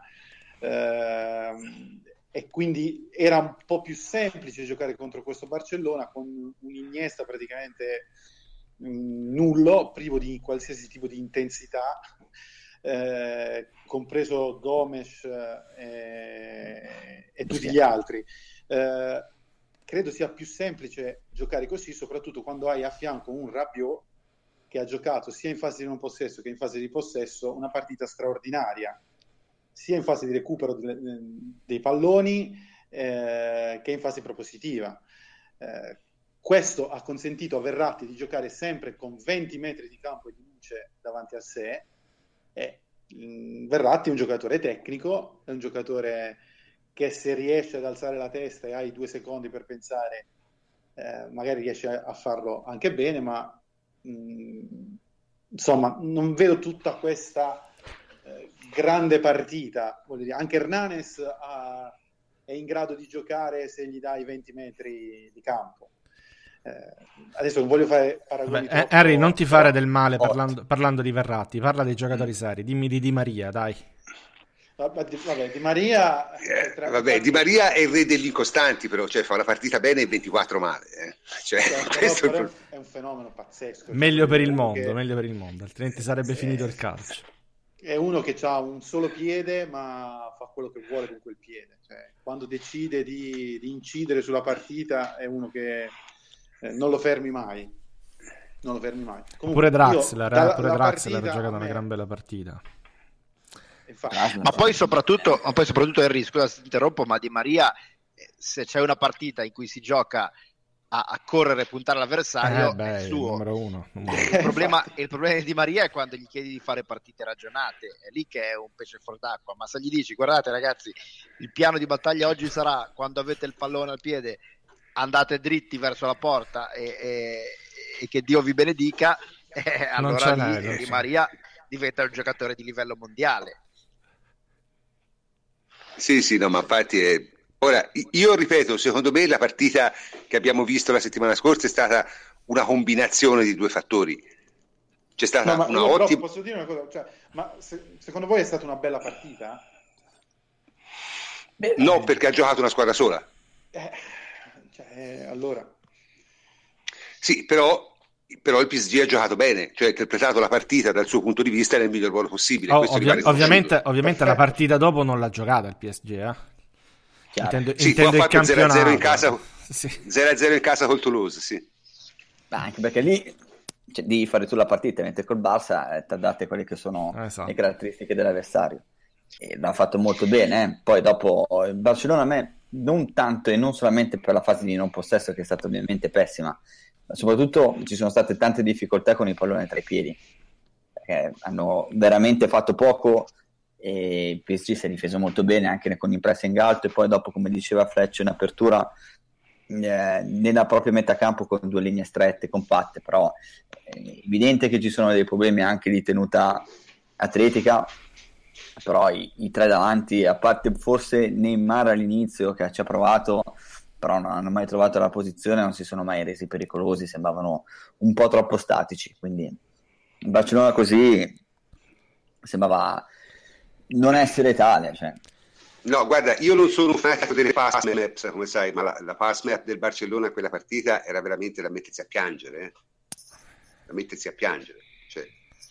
E: e quindi era un po' più semplice giocare contro questo Barcellona con un Iniesta praticamente nullo, privo di qualsiasi tipo di intensità, compreso Gomes e tutti gli altri. Credo sia più semplice giocare così, soprattutto quando hai a fianco un Rabiot che ha giocato sia in fase di non possesso che in fase di possesso una partita straordinaria, sia in fase di recupero dei palloni che in fase propositiva. Questo ha consentito a Verratti di giocare sempre con 20 metri di campo di luce davanti a sé. Verratti è un giocatore tecnico, è un giocatore che se riesce ad alzare la testa e hai 2 secondi per pensare, magari riesce a farlo anche bene, ma insomma non vedo tutta questa grande partita. Voglio dire, anche Hernanes è in grado di giocare se gli dai 20 metri di campo. Adesso non voglio fare paragoni.
B: Harry, non ti fare del male parlando di Verratti, parla dei giocatori seri, dimmi di Di Maria, dai.
E: Vabbè, Di Maria
A: Di Maria è il re degli incostanti, però cioè fa una partita bene e 24 male, cioè,
E: però è un fenomeno pazzesco,
B: meglio per il mondo, altrimenti sarebbe finito il calcio.
E: È uno che ha un solo piede ma fa quello che vuole con quel piede, cioè, quando decide di incidere sulla partita è uno che non lo fermi mai. Comunque,
B: pure Draxler ha giocato una gran bella partita.
D: Ma poi soprattutto Henry, scusa se ti interrompo, ma Di Maria, se c'è una partita in cui si gioca a correre e puntare all'avversario, è il suo.
B: Numero uno.
D: Il problema di Di Maria è quando gli chiedi di fare partite ragionate, è lì che è un pesce fuor d'acqua. Ma se gli dici: guardate ragazzi, il piano di battaglia oggi sarà quando avete il pallone al piede andate dritti verso la porta e che Dio vi benedica, allora lì Di Maria diventa un giocatore di livello mondiale.
A: Sì, no, ma infatti ora io ripeto, secondo me la partita che abbiamo visto la settimana scorsa è stata una combinazione di 2 fattori. C'è stata una ottima.
E: Posso dire una cosa? Cioè, ma secondo voi è stata una bella partita?
A: No, perché ha giocato una squadra sola.
E: Allora. Sì,
A: però il PSG ha giocato bene, cioè ha interpretato la partita dal suo punto di vista nel miglior modo possibile.
B: Ovviamente la partita dopo non l'ha giocata il PSG, Intendo
A: il
B: fatto campionato.
A: 0-0 in casa, 0-0 in casa col Toulouse, sì.
C: Anche perché lì devi fare tu la partita, mentre col Barça ti date quelle che sono le caratteristiche dell'avversario. E l'ha fatto molto bene. Poi dopo il Barcellona a me non tanto e non solamente per la fase di non possesso, che è stata ovviamente pessima, ma soprattutto ci sono state tante difficoltà con il pallone tra i piedi, perché hanno veramente fatto poco e il PSG si è difeso molto bene anche con il pressing alto, e poi dopo, come diceva Fletch, in apertura nella propria metà campo con 2 linee strette, compatte, però è evidente che ci sono dei problemi anche di tenuta atletica. Però i 3 davanti, a parte forse Neymar all'inizio che ci ha provato, però non hanno mai trovato la posizione, non si sono mai resi pericolosi, sembravano un po' troppo statici, quindi il Barcellona così sembrava non essere tale, cioè.
A: No, guarda, io non sono un fanatico delle pass maps, come sai, ma la pass map del Barcellona in quella partita era veramente da mettersi a piangere, cioè.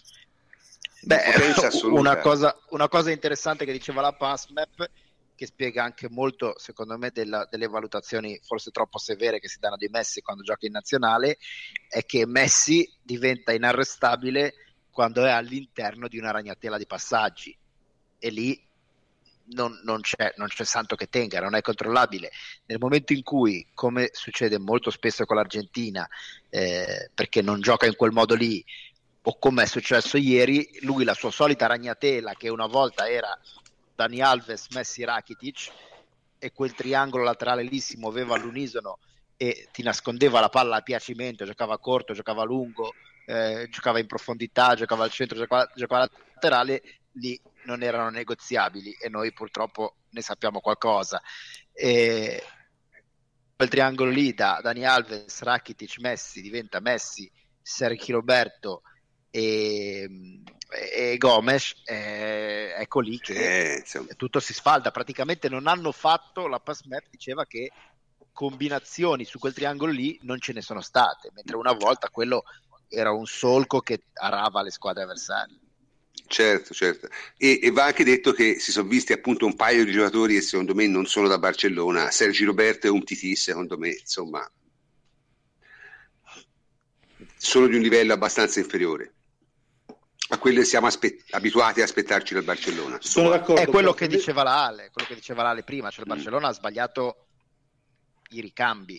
D: Una cosa interessante che diceva la pass map, che spiega anche molto, secondo me, delle valutazioni forse troppo severe che si danno di Messi quando gioca in nazionale, è che Messi diventa inarrestabile quando è all'interno di una ragnatela di passaggi, e lì non c'è santo che tenga, non è controllabile. Nel momento in cui, come succede molto spesso con l'Argentina, perché non gioca in quel modo lì, o come è successo ieri, lui la sua solita ragnatela, che una volta era Dani Alves, Messi, Rakitic, e quel triangolo laterale lì si muoveva all'unisono e ti nascondeva la palla a piacimento, giocava corto, giocava lungo, giocava in profondità, giocava al centro, giocava laterale, lì non erano negoziabili, e noi purtroppo ne sappiamo qualcosa. E quel triangolo lì da Dani Alves, Rakitic, Messi diventa Messi, Sergio Roberto e Gomes, ecco lì che tutto si sfalda. Praticamente non hanno fatto, la pass map diceva che combinazioni su quel triangolo lì non ce ne sono state, mentre una volta quello era un solco che arava le squadre avversarie.
A: Certo, e va anche detto che si sono visti appunto un paio di giocatori che secondo me non sono da Barcellona, Sergi Roberto e Umtiti, secondo me, insomma sono di un livello abbastanza inferiore a quello che siamo abituati a aspettarci dal Barcellona.
E: Sono d'accordo.
D: È quello che diceva l'Ale, prima, cioè il Barcellona ha sbagliato i ricambi.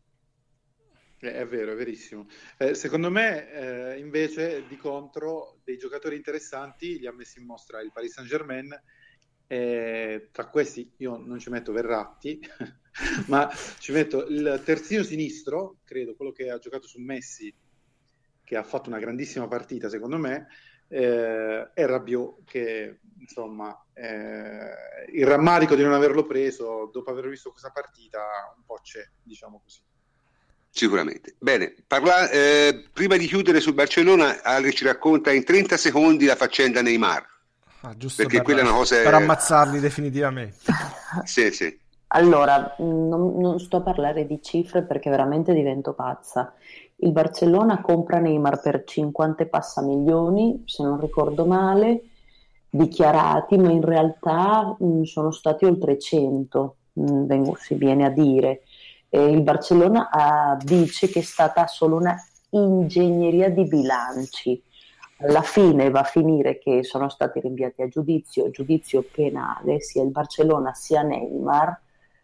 E: È vero, è verissimo. Secondo me, invece, di contro, dei giocatori interessanti li ha messi in mostra il Paris Saint-Germain. Tra questi io non ci metto Verratti, ma ci metto il terzino sinistro, credo, quello che ha giocato su Messi, che ha fatto una grandissima partita, secondo me, è Rabiot, che insomma il rammarico di non averlo preso dopo aver visto questa partita un po' c'è, diciamo così.
A: Sicuramente. Bene, prima di chiudere sul Barcellona, Ale ci racconta in 30 secondi la faccenda Neymar.
B: Giusto
A: perché quella è una cosa
B: per ammazzarli definitivamente.
A: Sì.
F: Allora, non sto a parlare di cifre perché veramente divento pazza. Il Barcellona compra Neymar per 50 e passa milioni, se non ricordo male, dichiarati, ma in realtà sono stati oltre 100, si viene a dire. Il Barcellona dice che è stata solo una ingegneria di bilanci. Alla fine va a finire che sono stati rinviati a giudizio penale, sia il Barcellona sia Neymar,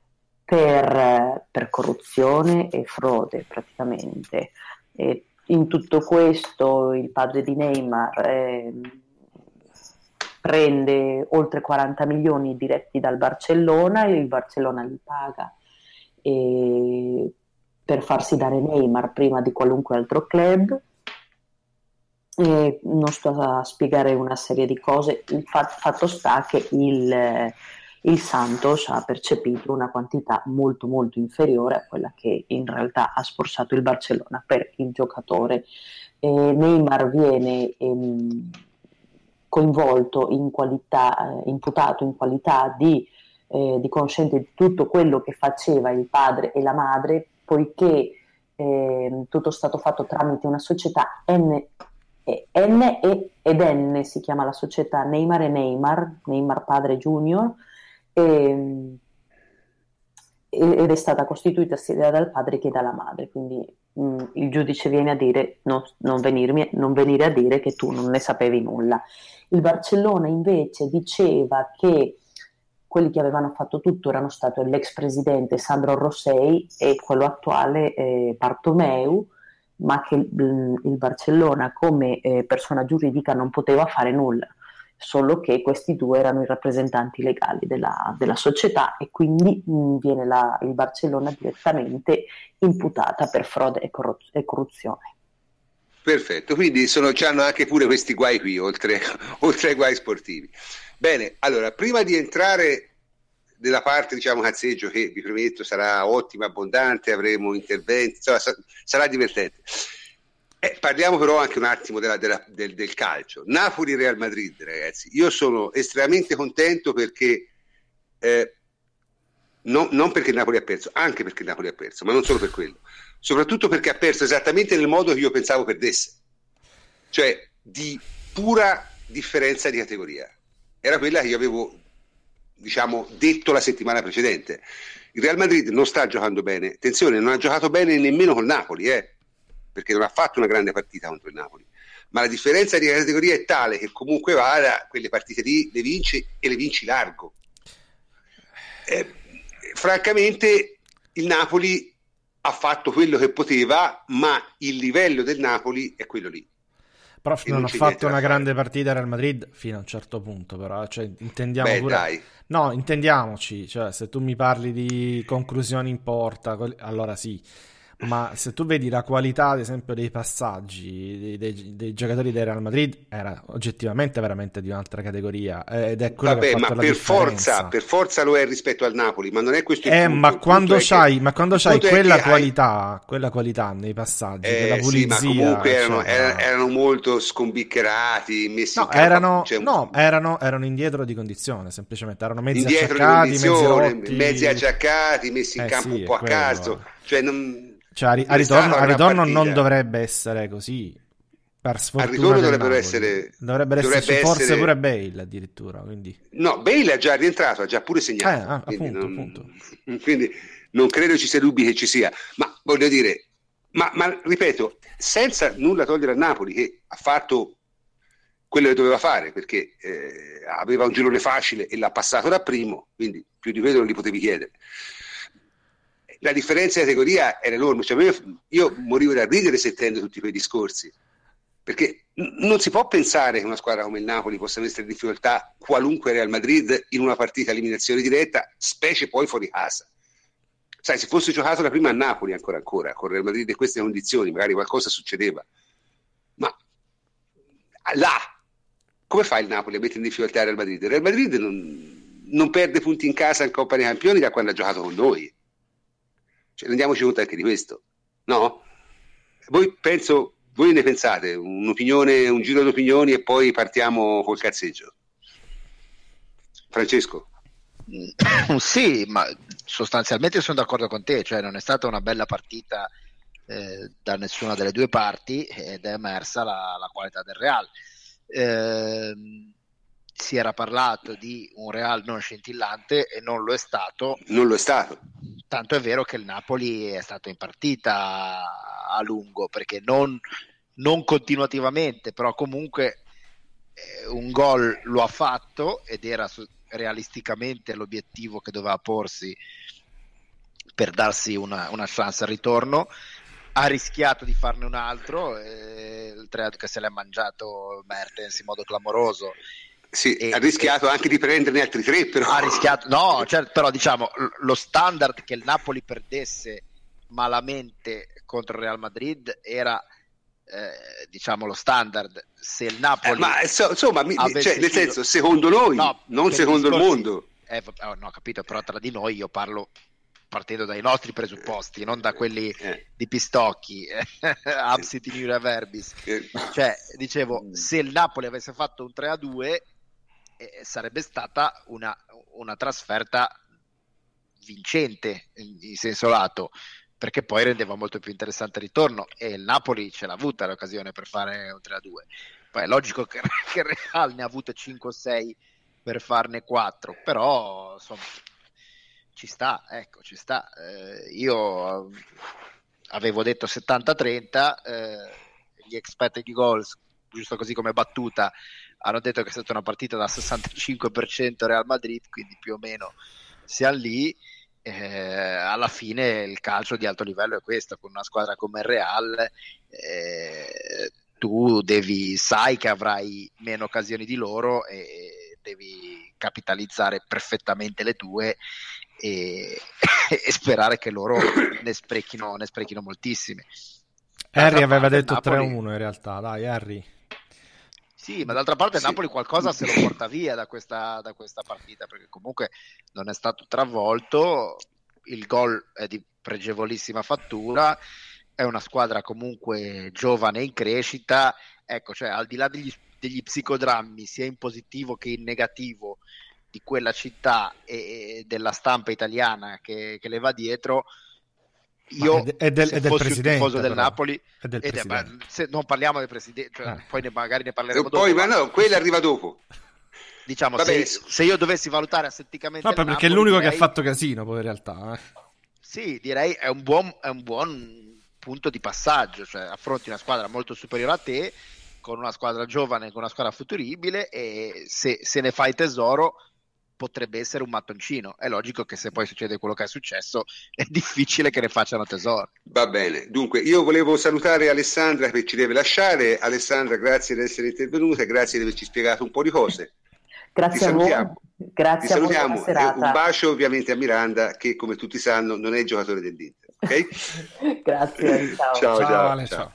F: per corruzione e frode praticamente. E in tutto questo il padre di Neymar prende oltre 40 milioni diretti dal Barcellona e il Barcellona li paga per farsi dare Neymar prima di qualunque altro club. Non sto a spiegare una serie di cose, il fatto sta che il Santos ha percepito una quantità molto molto inferiore a quella che in realtà ha sborsato il Barcellona per il giocatore. Neymar viene coinvolto imputato in qualità di conoscente di tutto quello che faceva il padre e la madre, poiché tutto è stato fatto tramite una società N si chiama la società Neymar e Neymar padre junior, ed è stata costituita sia dal padre che dalla madre, quindi il giudice viene a dire non venire a dire che tu non ne sapevi nulla. Il Barcellona invece diceva che quelli che avevano fatto tutto erano stati l'ex presidente Sandro Rosell e quello attuale Bartomeu, ma che il Barcellona come persona giuridica non poteva fare nulla, solo che questi due erano i rappresentanti legali della società e quindi viene il Barcellona direttamente imputata per frode e corruzione.
A: Perfetto, quindi c'hanno anche pure questi guai qui, oltre ai guai sportivi. Bene, allora, prima di entrare della parte, diciamo, cazzeggio, che vi prometto sarà ottima, abbondante, avremo interventi, insomma, sarà divertente. Parliamo però anche un attimo del calcio. Napoli-Real Madrid, ragazzi. Io sono estremamente contento perché non perché il Napoli ha perso, anche perché il Napoli ha perso, ma non solo per quello. Soprattutto perché ha perso esattamente nel modo che io pensavo perdesse. Cioè, di pura differenza di categoria. Era quella che io avevo, diciamo, detto la settimana precedente. Il Real Madrid non sta giocando bene, attenzione, non ha giocato bene nemmeno col Napoli, perché non ha fatto una grande partita contro il Napoli, ma la differenza di categoria è tale che comunque vada, quelle partite lì le vinci e le vinci largo. Francamente il Napoli ha fatto quello che poteva, ma il livello del Napoli è quello lì.
B: Prof, non ha fatto una grande partita Real Madrid fino a un certo punto, però, cioè, intendiamo pure...
A: dai.
B: No, intendiamoci, cioè, se tu mi parli di conclusioni in porta, allora sì, ma se tu vedi la qualità, ad esempio, dei passaggi dei giocatori del Real Madrid, era oggettivamente veramente di un'altra categoria, ed è quello che ha fatto la differenza.
A: Per forza lo è rispetto al Napoli, ma non è questo il punto.
B: Ma quando c'hai quella qualità nei passaggi, quella pulizia,
A: sì, ma comunque erano molto scombiccherati, messi in campo,
B: erano indietro di condizione, semplicemente erano mezzi
A: acciaccati, messi in campo un po' a caso,
B: a ritorno non dovrebbe essere così, per sfortuna.
A: Al ritorno dovrebbe
B: esserci forse pure Bale addirittura, quindi.
A: No, Bale è già rientrato, ha già pure segnato,
B: appunto.
A: Quindi non credo ci sia dubbi che ci sia, ma voglio dire, Ma ripeto, senza nulla togliere a Napoli, che ha fatto quello che doveva fare, perché aveva un girone facile e l'ha passato da primo, quindi più di quello non gli potevi chiedere. La differenza di categoria era enorme, cioè, io morivo da ridere sentendo tutti quei discorsi, perché non si può pensare che una squadra come il Napoli possa mettere in difficoltà qualunque Real Madrid in una partita a eliminazione diretta, specie poi fuori casa. Sai, se fosse giocato la prima a Napoli ancora con Real Madrid in queste condizioni, magari qualcosa succedeva, ma là come fa il Napoli a mettere in difficoltà il Real Madrid? Il Real Madrid non perde punti in casa in Coppa dei Campioni da quando ha giocato con noi. Cioè, rendiamoci conto anche di questo, no? Voi ne pensate? Un'opinione, un giro di opinioni e poi partiamo col cazzeggio. Francesco?
D: Sì, ma sostanzialmente sono d'accordo con te, cioè non è stata una bella partita da nessuna delle due parti ed è emersa la qualità del Real. Si era parlato di un Real non scintillante e non lo è stato.
A: Non lo è stato.
D: Tanto è vero che il Napoli è stato in partita a lungo, perché non continuativamente, però comunque un gol lo ha fatto ed era realisticamente l'obiettivo che doveva porsi per darsi una chance al ritorno. Ha rischiato di farne un altro, il 3 che se l'è mangiato Mertens in modo clamoroso.
A: Sì, ha rischiato anche di prenderne altri 3, però.
D: Ha rischiato, no, certo, però diciamo lo standard che il Napoli perdesse malamente contro il Real Madrid era diciamo lo standard. Se il Napoli
A: ma insomma, cioè, nel senso, secondo noi, no, non secondo il mondo.
D: No, capito, però tra di noi io parlo partendo dai nostri presupposti, non da quelli di Pistocchi, absit in iure verbis. Cioè, dicevo, se il Napoli avesse fatto un 3-2 sarebbe stata una trasferta vincente in senso lato, perché poi rendeva molto più interessante il ritorno e il Napoli ce l'ha avuta l'occasione per fare un 3-2. Poi è logico che il Real ne ha avute 5 o 6 per farne 4, però insomma ci sta, ecco, ci sta. Io avevo detto 70-30, gli expected goals, giusto così come battuta, hanno detto che è stata una partita da 65% Real Madrid, quindi più o meno siamo lì. Alla fine il calcio di alto livello è questo, con una squadra come il Real tu sai che avrai meno occasioni di loro e devi capitalizzare perfettamente le tue e sperare che loro ne sprechino moltissime.
B: Harry aveva detto Napoli 3-1 in realtà, dai Harry.
D: Sì, ma d'altra parte Napoli qualcosa se lo porta via da questa partita, perché comunque non è stato travolto, il gol è di pregevolissima fattura, è una squadra comunque giovane in crescita, ecco, cioè al di là degli psicodrammi sia in positivo che in negativo di quella città e della stampa italiana che le va dietro, io se fossi un tifoso del Napoli se non parliamo del presidente, cioè, poi magari ne parleremo dopo,
A: ma no, quello arriva dopo,
D: diciamo. Se io dovessi valutare asetticamente
B: perché
D: Napoli,
B: è l'unico che ha fatto casino poi in realtà
D: sì, direi è un buon punto di passaggio, cioè affronti una squadra molto superiore a te con una squadra giovane, con una squadra futuribile, e se ne fai tesoro potrebbe essere un mattoncino. È logico che se poi succede quello che è successo è difficile che ne facciano tesoro.
A: Va bene, dunque io volevo salutare Alessandra che ci deve lasciare. Alessandra, grazie di essere intervenuta, grazie di averci spiegato un po' di cose.
F: Grazie a voi, grazie a voi, buona serata.
A: Un bacio ovviamente a Miranda che, come tutti sanno, non è il giocatore dell'Inter, ok?
F: Grazie,
A: ciao.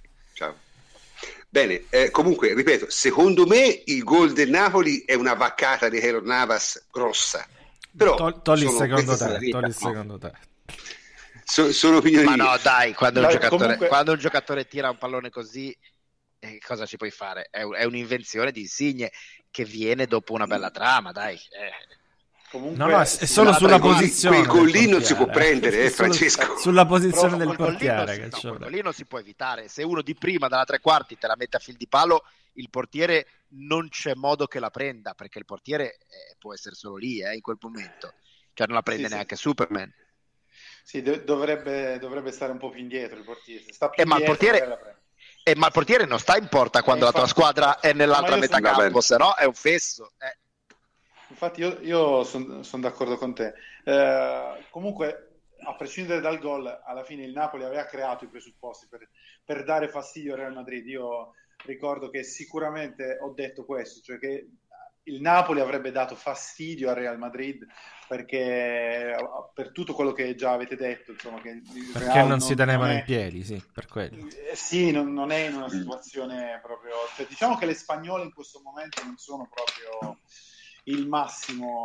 A: Bene, comunque, ripeto, secondo me il gol del Napoli è una vaccata di Keylor Navas grossa. Però
B: togli secondo te.
A: Sono opinioni.
D: Ma no, dai, quando un giocatore tira un pallone così, cosa ci puoi fare? È un'invenzione di Insigne che viene dopo una bella trama, dai.
E: Comunque,
B: no, è solo sulla posizione.
A: Quel gol lì non si può prendere, Francesco.
B: Sulla posizione del portiere.
D: Quel lì non si può evitare. Se uno di prima dalla tre quarti te la mette a fil di palo, il portiere non c'è modo che la prenda, perché il portiere può essere solo lì in quel momento. Cioè non la prende neanche Superman.
E: Sì, dovrebbe stare un po' più indietro il portiere. Se sta più
D: ma il
E: indietro,
D: portiere non sta in porta quando la tua squadra è nell'altra metà campo, se no è un fesso.
E: Infatti io sono d'accordo con te. Comunque, a prescindere dal gol, alla fine il Napoli aveva creato i presupposti per dare fastidio al Real Madrid. Io ricordo che sicuramente ho detto questo, cioè che il Napoli avrebbe dato fastidio al Real Madrid perché per tutto quello che già avete detto, insomma, che
B: perché non si tenevano in piedi, sì, per quello.
E: Sì, non è in una situazione proprio, cioè, diciamo che le spagnole in questo momento non sono proprio il massimo,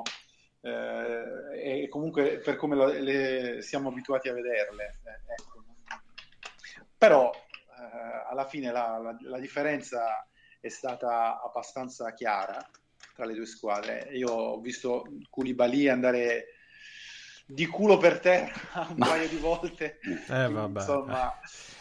E: e comunque per come le siamo abituati a vederle, ecco. Però alla fine la differenza è stata abbastanza chiara tra le due squadre. Io ho visto Koulibaly andare di culo per terra un paio di volte,
B: vabbè.
E: Insomma,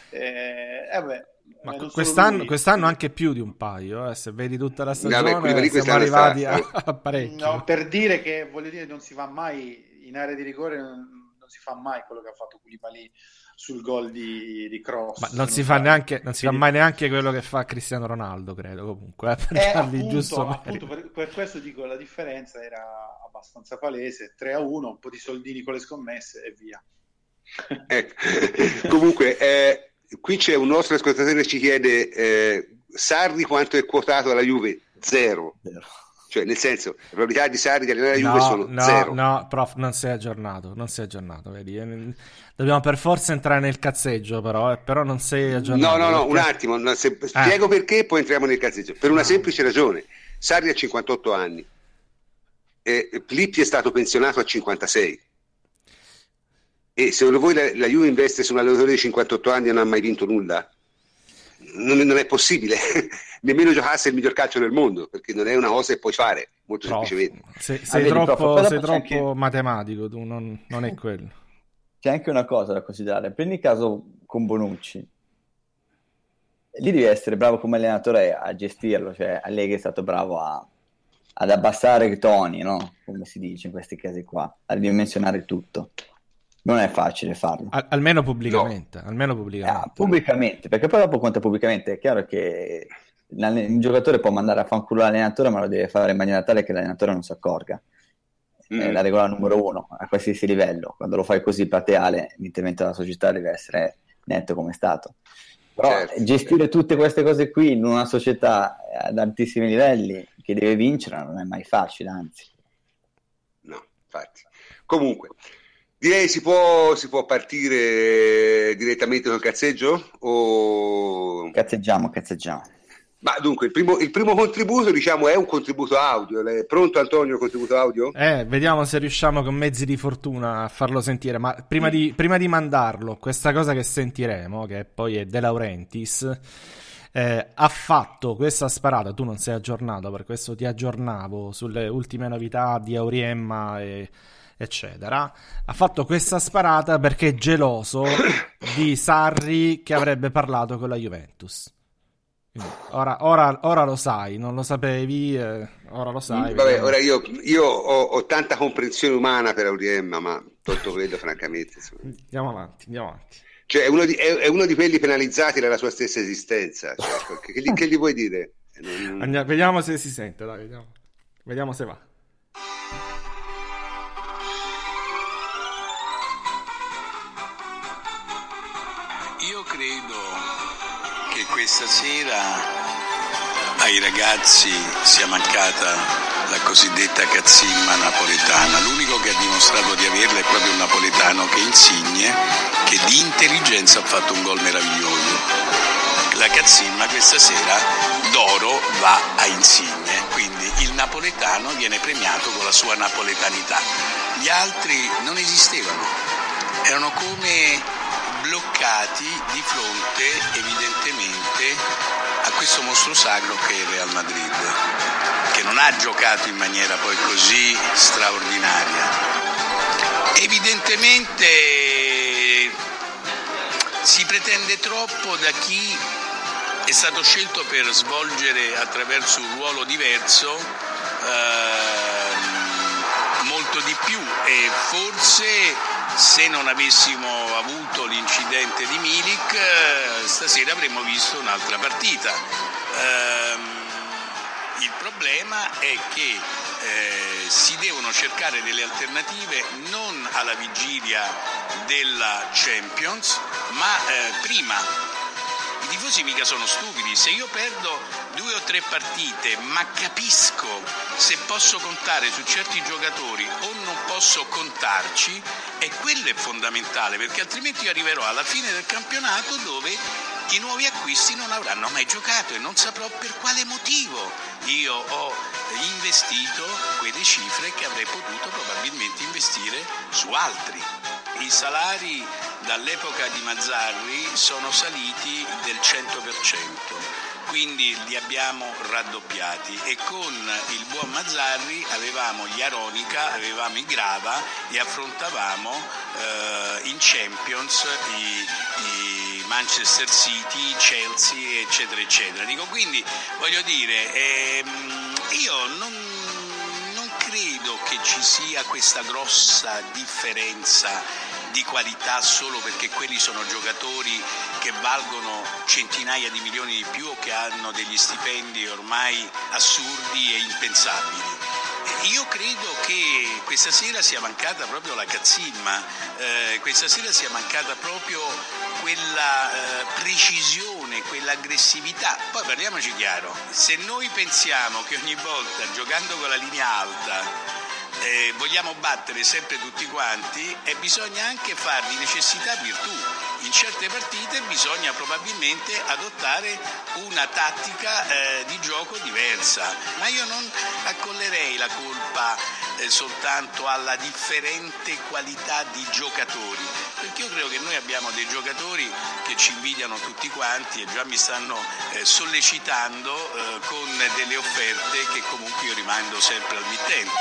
B: ma quest'anno anche più di un paio, se vedi tutta la stagione siamo arrivati a parecchio.
E: No, per dire che, voglio dire, non si va mai in area di rigore, non si fa mai quello che ha fatto Koulibaly sul gol di Kroos.
B: Ma non si fa mai neanche quello che fa Cristiano Ronaldo, credo, comunque,
E: appunto per questo dico, la differenza era abbastanza palese, 3-1, un po' di soldini con le scommesse e via.
A: Comunque qui c'è un nostro ascoltatore che ci chiede Sarri quanto è quotato alla Juve? Zero. Cioè, nel senso, le probabilità di Sarri di allenare la Juve sono zero.
B: No, prof, non sei aggiornato, vedi? Dobbiamo per forza entrare nel cazzeggio, però non sei aggiornato.
A: No, perché... un attimo, spiego perché, poi entriamo nel cazzeggio. Per una semplice ragione, Sarri ha 58 anni, Lippi è stato pensionato a 56. E secondo voi la Juve investe su un allenatore di 58 anni e non ha mai vinto nulla? Non è possibile. Nemmeno giocasse il miglior calcio del mondo, perché non è una cosa che puoi fare, molto semplicemente.
B: Sei troppo matematico, tu non è quello.
C: C'è anche una cosa da considerare. Prendi caso con Bonucci. Lì devi essere bravo come allenatore a gestirlo, cioè Allegri è stato bravo ad abbassare i toni, no? Come si dice in questi casi qua, a ridimensionare tutto. Non è facile farlo.
B: Almeno pubblicamente.
C: No.
B: Almeno pubblicamente.
C: Pubblicamente, perché poi dopo conta pubblicamente. È chiaro che il giocatore può mandare a fanculo l'allenatore, ma lo deve fare in maniera tale che l'allenatore non si accorga. È la regola numero 1 a qualsiasi livello. Quando lo fai così plateale, l'intervento della società deve essere netto come è stato. Però gestire tutte queste cose qui in una società ad altissimi livelli che deve vincere non è mai facile, anzi.
A: No, infatti. Comunque, direi si può partire direttamente col cazzeggio? O...
C: Cazzeggiamo.
A: Ma dunque, il primo contributo, diciamo, è un contributo audio. È pronto, Antonio, il contributo audio?
B: Vediamo se riusciamo con mezzi di fortuna a farlo sentire. Ma prima di mandarlo, questa cosa che sentiremo, che poi è De Laurentiis, ha fatto questa sparata. Tu non sei aggiornato, per questo ti aggiornavo sulle ultime novità di Auriemma e eccetera. Ha fatto questa sparata perché è geloso di Sarri, che avrebbe parlato con la Juventus. Ora lo sai, non lo sapevi, ora lo sai.
A: Vabbè, ora io ho tanta comprensione umana per Auriemma, ma tolto quello, francamente.
B: Andiamo avanti.
A: Cioè, è uno di quelli penalizzati dalla sua stessa esistenza. Cioè, che gli vuoi dire?
B: Vediamo se si sente, dai, vediamo se va.
G: Io credo che questa sera ai ragazzi sia mancata la cosiddetta cazzimma napoletana. L'unico che ha dimostrato di averla è proprio un napoletano, che è Insigne, che di intelligenza ha fatto un gol meraviglioso. La cazzimma questa sera d'oro va a Insigne, quindi il napoletano viene premiato con la sua napoletanità. Gli altri non esistevano, erano come bloccati di fronte evidentemente a questo mostro sacro che è il Real Madrid, che non ha giocato in maniera poi così straordinaria. Evidentemente si pretende troppo da chi è stato scelto per svolgere attraverso un ruolo diverso molto molto di più, e forse se non avessimo avuto l'incidente di Milik stasera avremmo visto un'altra partita. Il problema è che si devono cercare delle alternative non alla vigilia della Champions, ma prima. I tifosi mica sono stupidi, se io perdo 2 o 3 partite ma capisco se posso contare su certi giocatori o non posso contarci, e quello è fondamentale, perché altrimenti io arriverò alla fine del campionato dove i nuovi acquisti non avranno mai giocato e non saprò per quale motivo io ho investito quelle cifre che avrei potuto probabilmente investire su altri. I salari dall'epoca di Mazzarri sono saliti del 100%, quindi li abbiamo raddoppiati, e con il buon Mazzarri avevamo gli Aronica, avevamo i Grava e affrontavamo in Champions i Manchester City, i Chelsea, eccetera eccetera. Dico, quindi voglio dire, io non credo che ci sia questa grossa differenza di qualità solo perché quelli sono giocatori che valgono centinaia di milioni di più o che hanno degli stipendi ormai assurdi e impensabili. Io credo che questa sera sia mancata proprio la cazzimma, questa sera sia mancata proprio quella precisione, quell'aggressività. Poi parliamoci chiaro, se noi pensiamo che ogni volta giocando con la linea alta vogliamo battere sempre tutti quanti, e bisogna anche far di necessità virtù. In certe partite bisogna probabilmente adottare una tattica di gioco diversa, ma io non accollerei la colpa soltanto alla differente qualità di giocatori, perché io credo che noi abbiamo dei giocatori che ci invidiano tutti quanti e già mi stanno sollecitando con delle offerte che comunque io rimando sempre al mittente.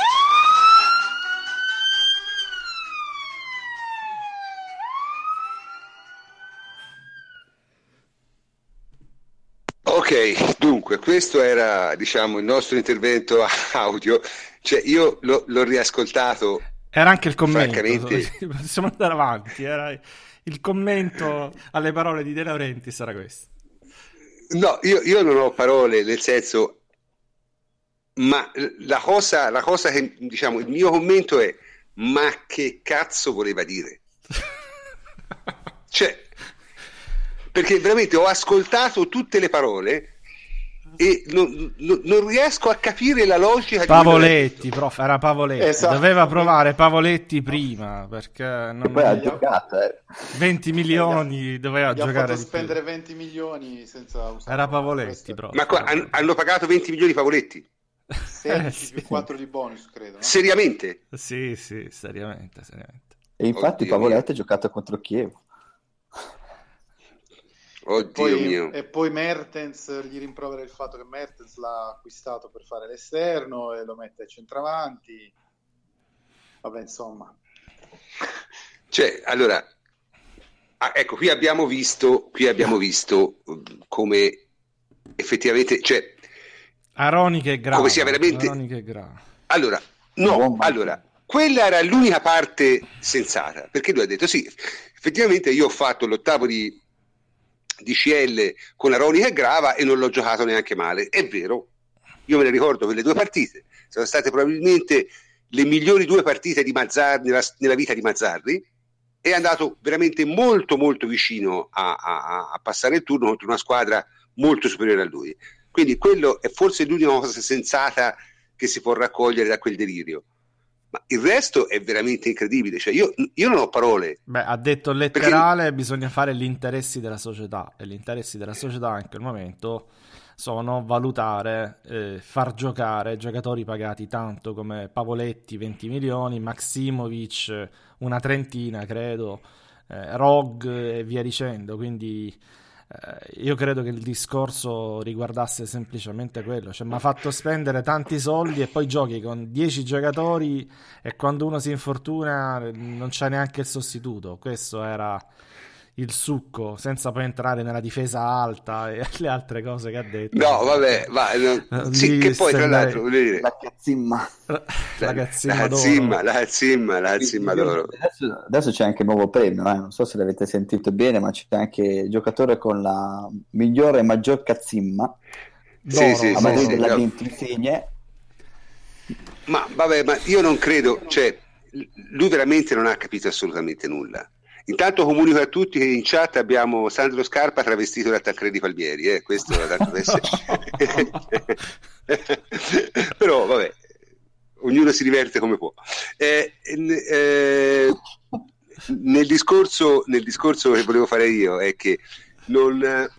A: Ok, dunque, questo era, diciamo, il nostro intervento audio. Cioè, io l'ho riascoltato.
B: Era anche il commento,
A: francamente.
B: possiamo andare avanti, era il commento alle parole di De Laurentiis era questo.
A: No, io non ho parole, nel senso, ma la cosa che, diciamo, il mio commento è: ma che cazzo voleva dire? Cioè, perché veramente ho ascoltato tutte le parole e non riesco a capire la logica.
B: Pavoletti, prof, era Pavoletti,
E: esatto.
B: Doveva provare Pavoletti prima, perché non
C: Poi ha giocato
B: 20 milioni doveva
E: Gli ha
B: giocare
E: fatto
B: di
E: spendere
B: più.
E: 20 milioni senza usare.
B: Era Pavoletti,
E: Questo-
B: prof.
A: Ma qua hanno pagato 20 milioni Pavoletti?
E: 16
B: sì.
E: più 4 di bonus, credo. No?
A: Seriamente?
B: Sì, seriamente.
C: e infatti
A: Oddio
C: Pavoletti
A: mio.
C: ha giocato contro Chievo.
A: Oddio mio.
E: E poi Mertens gli rimprovera il fatto che Mertens l'ha acquistato per fare l'esterno e lo mette a centravanti. Vabbè, insomma.
A: Cioè, allora, ecco, qui abbiamo visto come effettivamente, cioè,
B: Aronica e Grava.
A: come sia veramente.
B: Aronica e Grava.
A: Allora, no,
C: Buon
A: allora, quella era l'unica parte sensata, perché lui ha detto sì, effettivamente io ho fatto l'ottavo di CL con Aronica e Grava e non l'ho giocato neanche male. È vero, io me ne ricordo quelle 2 partite, sono state probabilmente le migliori 2 partite di Mazzarri nella vita di Mazzarri. È andato veramente molto molto vicino a passare il turno contro una squadra molto superiore a lui. Quindi quello è forse l'unica cosa sensata che si può raccogliere da quel delirio. Ma il resto è veramente incredibile. Cioè, io non ho parole.
B: Beh, ha detto letterale, bisogna fare gli interessi della società, e gli interessi della società in quel momento sono valutare, far giocare giocatori pagati tanto come Pavoletti 20 milioni, Maksimovic una trentina credo, Rog e via dicendo. Quindi io credo che il discorso riguardasse semplicemente quello, cioè mi ha fatto spendere tanti soldi e poi giochi con 10 giocatori e quando uno si infortuna non c'è neanche il sostituto. Questo era il succo, senza poi entrare nella difesa alta e le altre cose che ha detto.
A: No, vabbè, sì, che poi tra l'altro voglio dire,
C: La cazzimma.
B: La
A: cazzimma d'oro.
C: Adesso c'è anche il nuovo premio, non so se l'avete sentito bene, ma c'è anche il giocatore con la migliore e maggior cazzimma.
A: Sì,
C: a Madrid
A: sì,
C: l'ha vinto Insigne.
A: Ma vabbè, ma io non credo, cioè lui veramente non ha capito assolutamente nulla. Intanto comunico a tutti che in chat abbiamo Sandro Scarpa travestito da Tancredi Palmieri, questo è tanto per esserci. Però vabbè, ognuno si diverte come può. Nel discorso che volevo fare io è che non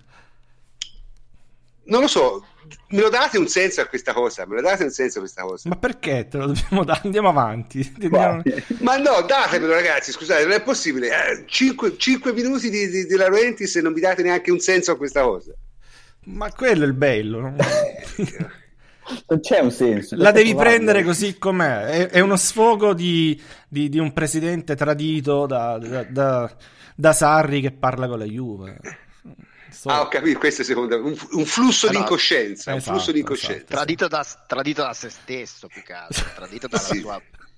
A: lo so, me lo date un senso a questa cosa?
B: Ma perché te lo dobbiamo dare? Andiamo avanti.
A: Ma no, datemelo ragazzi, scusate, non è possibile. 5 minuti di Laurentiis e non vi date neanche un senso a questa cosa.
B: Ma quello è il bello. No?
C: Non c'è un senso.
B: La devi prendere così com'è. È uno sfogo di un presidente tradito da Sarri che parla con la Juve.
A: Ho capito, questo è secondo me un flusso di incoscienza,
B: esatto,
A: un flusso di incoscienza.
D: Tradito da se stesso, più che altro, tradito dalla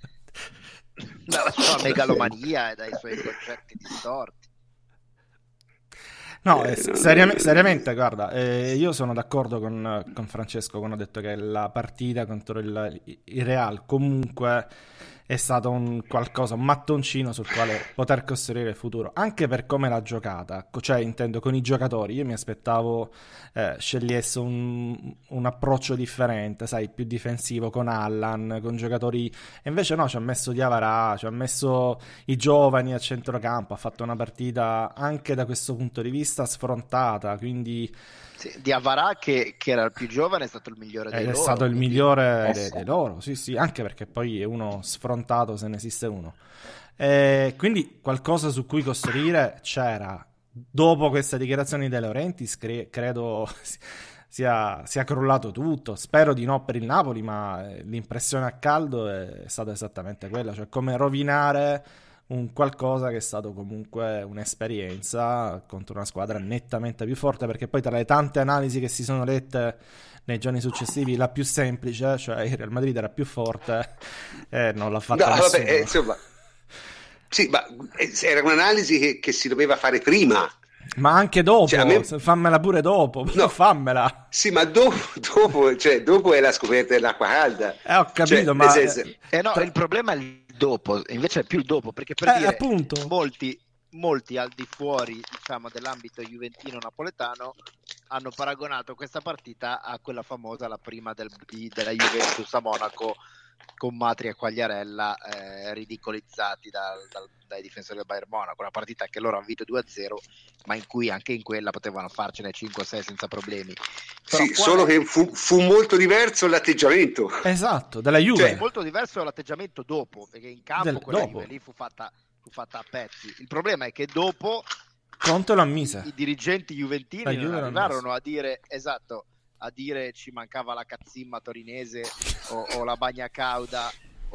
D: sua megalomania e dai suoi concetti distorti.
B: No, seriamente, guarda, io sono d'accordo con Francesco quando ha detto che la partita contro il Real comunque è stato un mattoncino sul quale poter costruire il futuro, anche per come l'ha giocata, cioè intendo con i giocatori. Io mi aspettavo scegliesse un approccio differente, sai, più difensivo con Allan, con giocatori, e invece no, ci ha messo Diawara, ci ha messo i giovani a centrocampo, ha fatto una partita anche da questo punto di vista sfrontata, quindi
D: sì, Diawara che era il più giovane è stato il migliore dei loro.
B: È stato il migliore dei loro, sì, anche perché poi è uno sfrontato se ne esiste uno. Quindi qualcosa su cui costruire c'era. Dopo questa dichiarazione di De Laurentiis credo sia crollato tutto. Spero di no per il Napoli, ma l'impressione a caldo è stata esattamente quella, cioè come rovinare un qualcosa che è stato comunque un'esperienza contro una squadra nettamente più forte, perché poi tra le tante analisi che si sono lette nei giorni successivi, la più semplice, cioè il Real Madrid era più forte, non l'ha fatta nessuno.
A: Vabbè, insomma, sì, ma era un'analisi che si doveva fare prima.
B: Ma anche dopo, fammela pure dopo, no, fammela.
A: Sì, ma dopo è la scoperta dell'acqua calda.
B: Ho capito, ma
D: il problema è il dopo, invece è più il dopo, perché per dire,
B: appunto,
D: molti al di fuori, diciamo, dell'ambito juventino napoletano hanno paragonato questa partita a quella famosa, la prima della Juventus a Monaco, con Matri e Quagliarella ridicolizzati dai difensori del Bayern Monaco, una partita che loro hanno vinto 2-0, ma in cui anche in quella potevano farcene 5-6 senza problemi. Però
A: sì, solo che fu molto diverso l'atteggiamento.
B: Esatto, della Juve.
D: Cioè, molto diverso l'atteggiamento dopo, perché in campo quella Juve lì fu fatta a pezzi. Il problema è che dopo
B: Conte lo ammise.
D: I dirigenti juventini non arrivarono a dire ci mancava la cazzimma torinese o la bagna cauda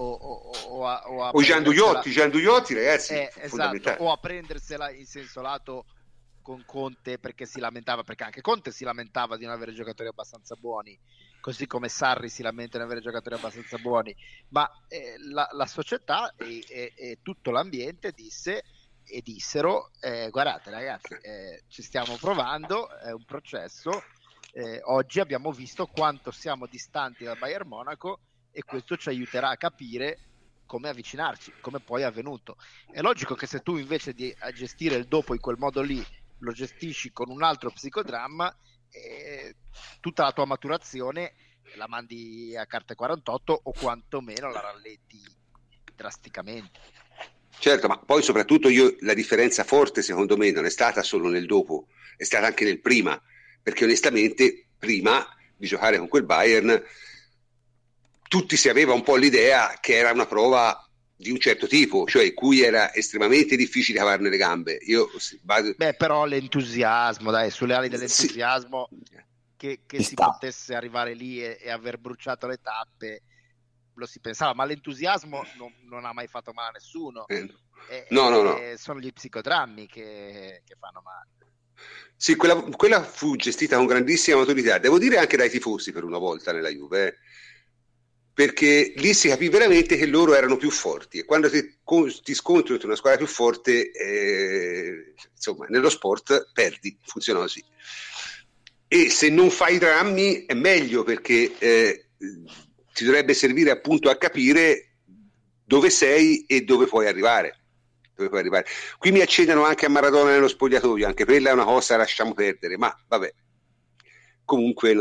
D: o
A: Gian Dugliotti, ragazzi,
D: esatto, o a prendersela in senso lato con Conte, perché si lamentava, perché anche Conte si lamentava di non avere giocatori abbastanza buoni, così come Sarri si lamenta di non avere giocatori abbastanza buoni, ma la società e tutto l'ambiente dissero guardate ragazzi, ci stiamo provando, è un processo, oggi abbiamo visto quanto siamo distanti dal Bayern Monaco e questo ci aiuterà a capire come avvicinarci, come poi è avvenuto. È logico che se tu invece di gestire il dopo in quel modo lì lo gestisci con un altro psicodramma, tutta la tua maturazione la mandi a carte 48 o quantomeno la rallenti drasticamente.
A: Certo, ma poi soprattutto la differenza forte secondo me non è stata solo nel dopo, è stata anche nel prima, perché onestamente prima di giocare con quel Bayern tutti si aveva un po' l'idea che era una prova di un certo tipo, cioè cui era estremamente difficile cavarne le gambe.
D: Però l'entusiasmo, dai, sulle ali dell'entusiasmo, sì, che si potesse arrivare lì e aver bruciato le tappe, lo si pensava, ma l'entusiasmo non ha mai fatto male a nessuno.
A: No.
D: Sono gli psicodrammi che fanno male.
A: Sì, quella fu gestita con grandissima maturità, devo dire anche dai tifosi per una volta nella Juve, perché lì si capì veramente che loro erano più forti, e quando ti scontri contro una squadra più forte, insomma, nello sport perdi, funziona così. E se non fai drammi è meglio, perché ti dovrebbe servire appunto a capire dove sei e dove puoi arrivare. Qui mi accendono anche a Maradona nello spogliatoio, anche quella è una cosa lasciamo perdere, ma vabbè, comunque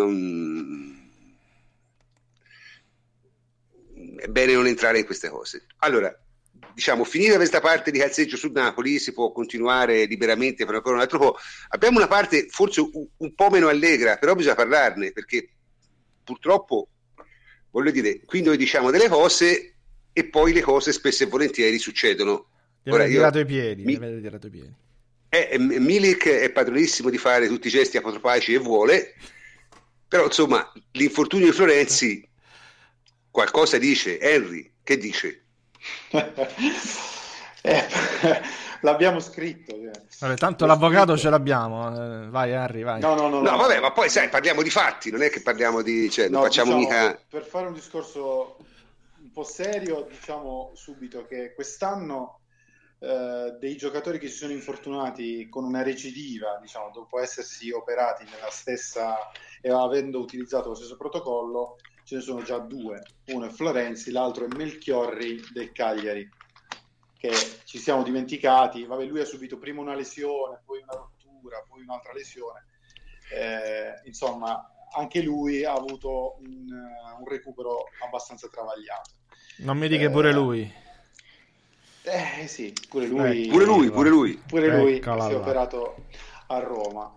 A: è bene non entrare in queste cose. Allora, diciamo, finita questa parte di calzeggio su Napoli, si può continuare liberamente per ancora un altro po'. Abbiamo una parte forse un po' meno allegra, però bisogna parlarne, perché purtroppo, voglio dire, qui noi diciamo delle cose e poi le cose spesso e volentieri succedono.
B: Ora, tirato i piedi.
A: Milik è padronissimo di fare tutti i gesti apotropaici che vuole, però insomma l'infortunio di Florenzi qualcosa dice. Henry, che dice?
E: L'abbiamo scritto.
B: Vabbè, tanto l'avvocato ce l'abbiamo. Vai Henry, vai.
E: No,
A: vabbè, ma poi sai, parliamo di fatti, non è che parliamo di... Cioè, non facciamo mica...
E: Per fare un discorso un po' serio, diciamo subito che quest'anno dei giocatori che si sono infortunati con una recidiva, diciamo, dopo essersi operati nella stessa e avendo utilizzato lo stesso protocollo, ce ne sono già due. Uno è Florenzi, l'altro è Melchiorri del Cagliari, che ci siamo dimenticati. Vabbè, lui ha subito prima una lesione, poi una rottura, poi un'altra lesione. Insomma, anche lui ha avuto un recupero abbastanza travagliato.
B: Non mi dica pure lui.
E: Sì, pure lui si è operato a Roma.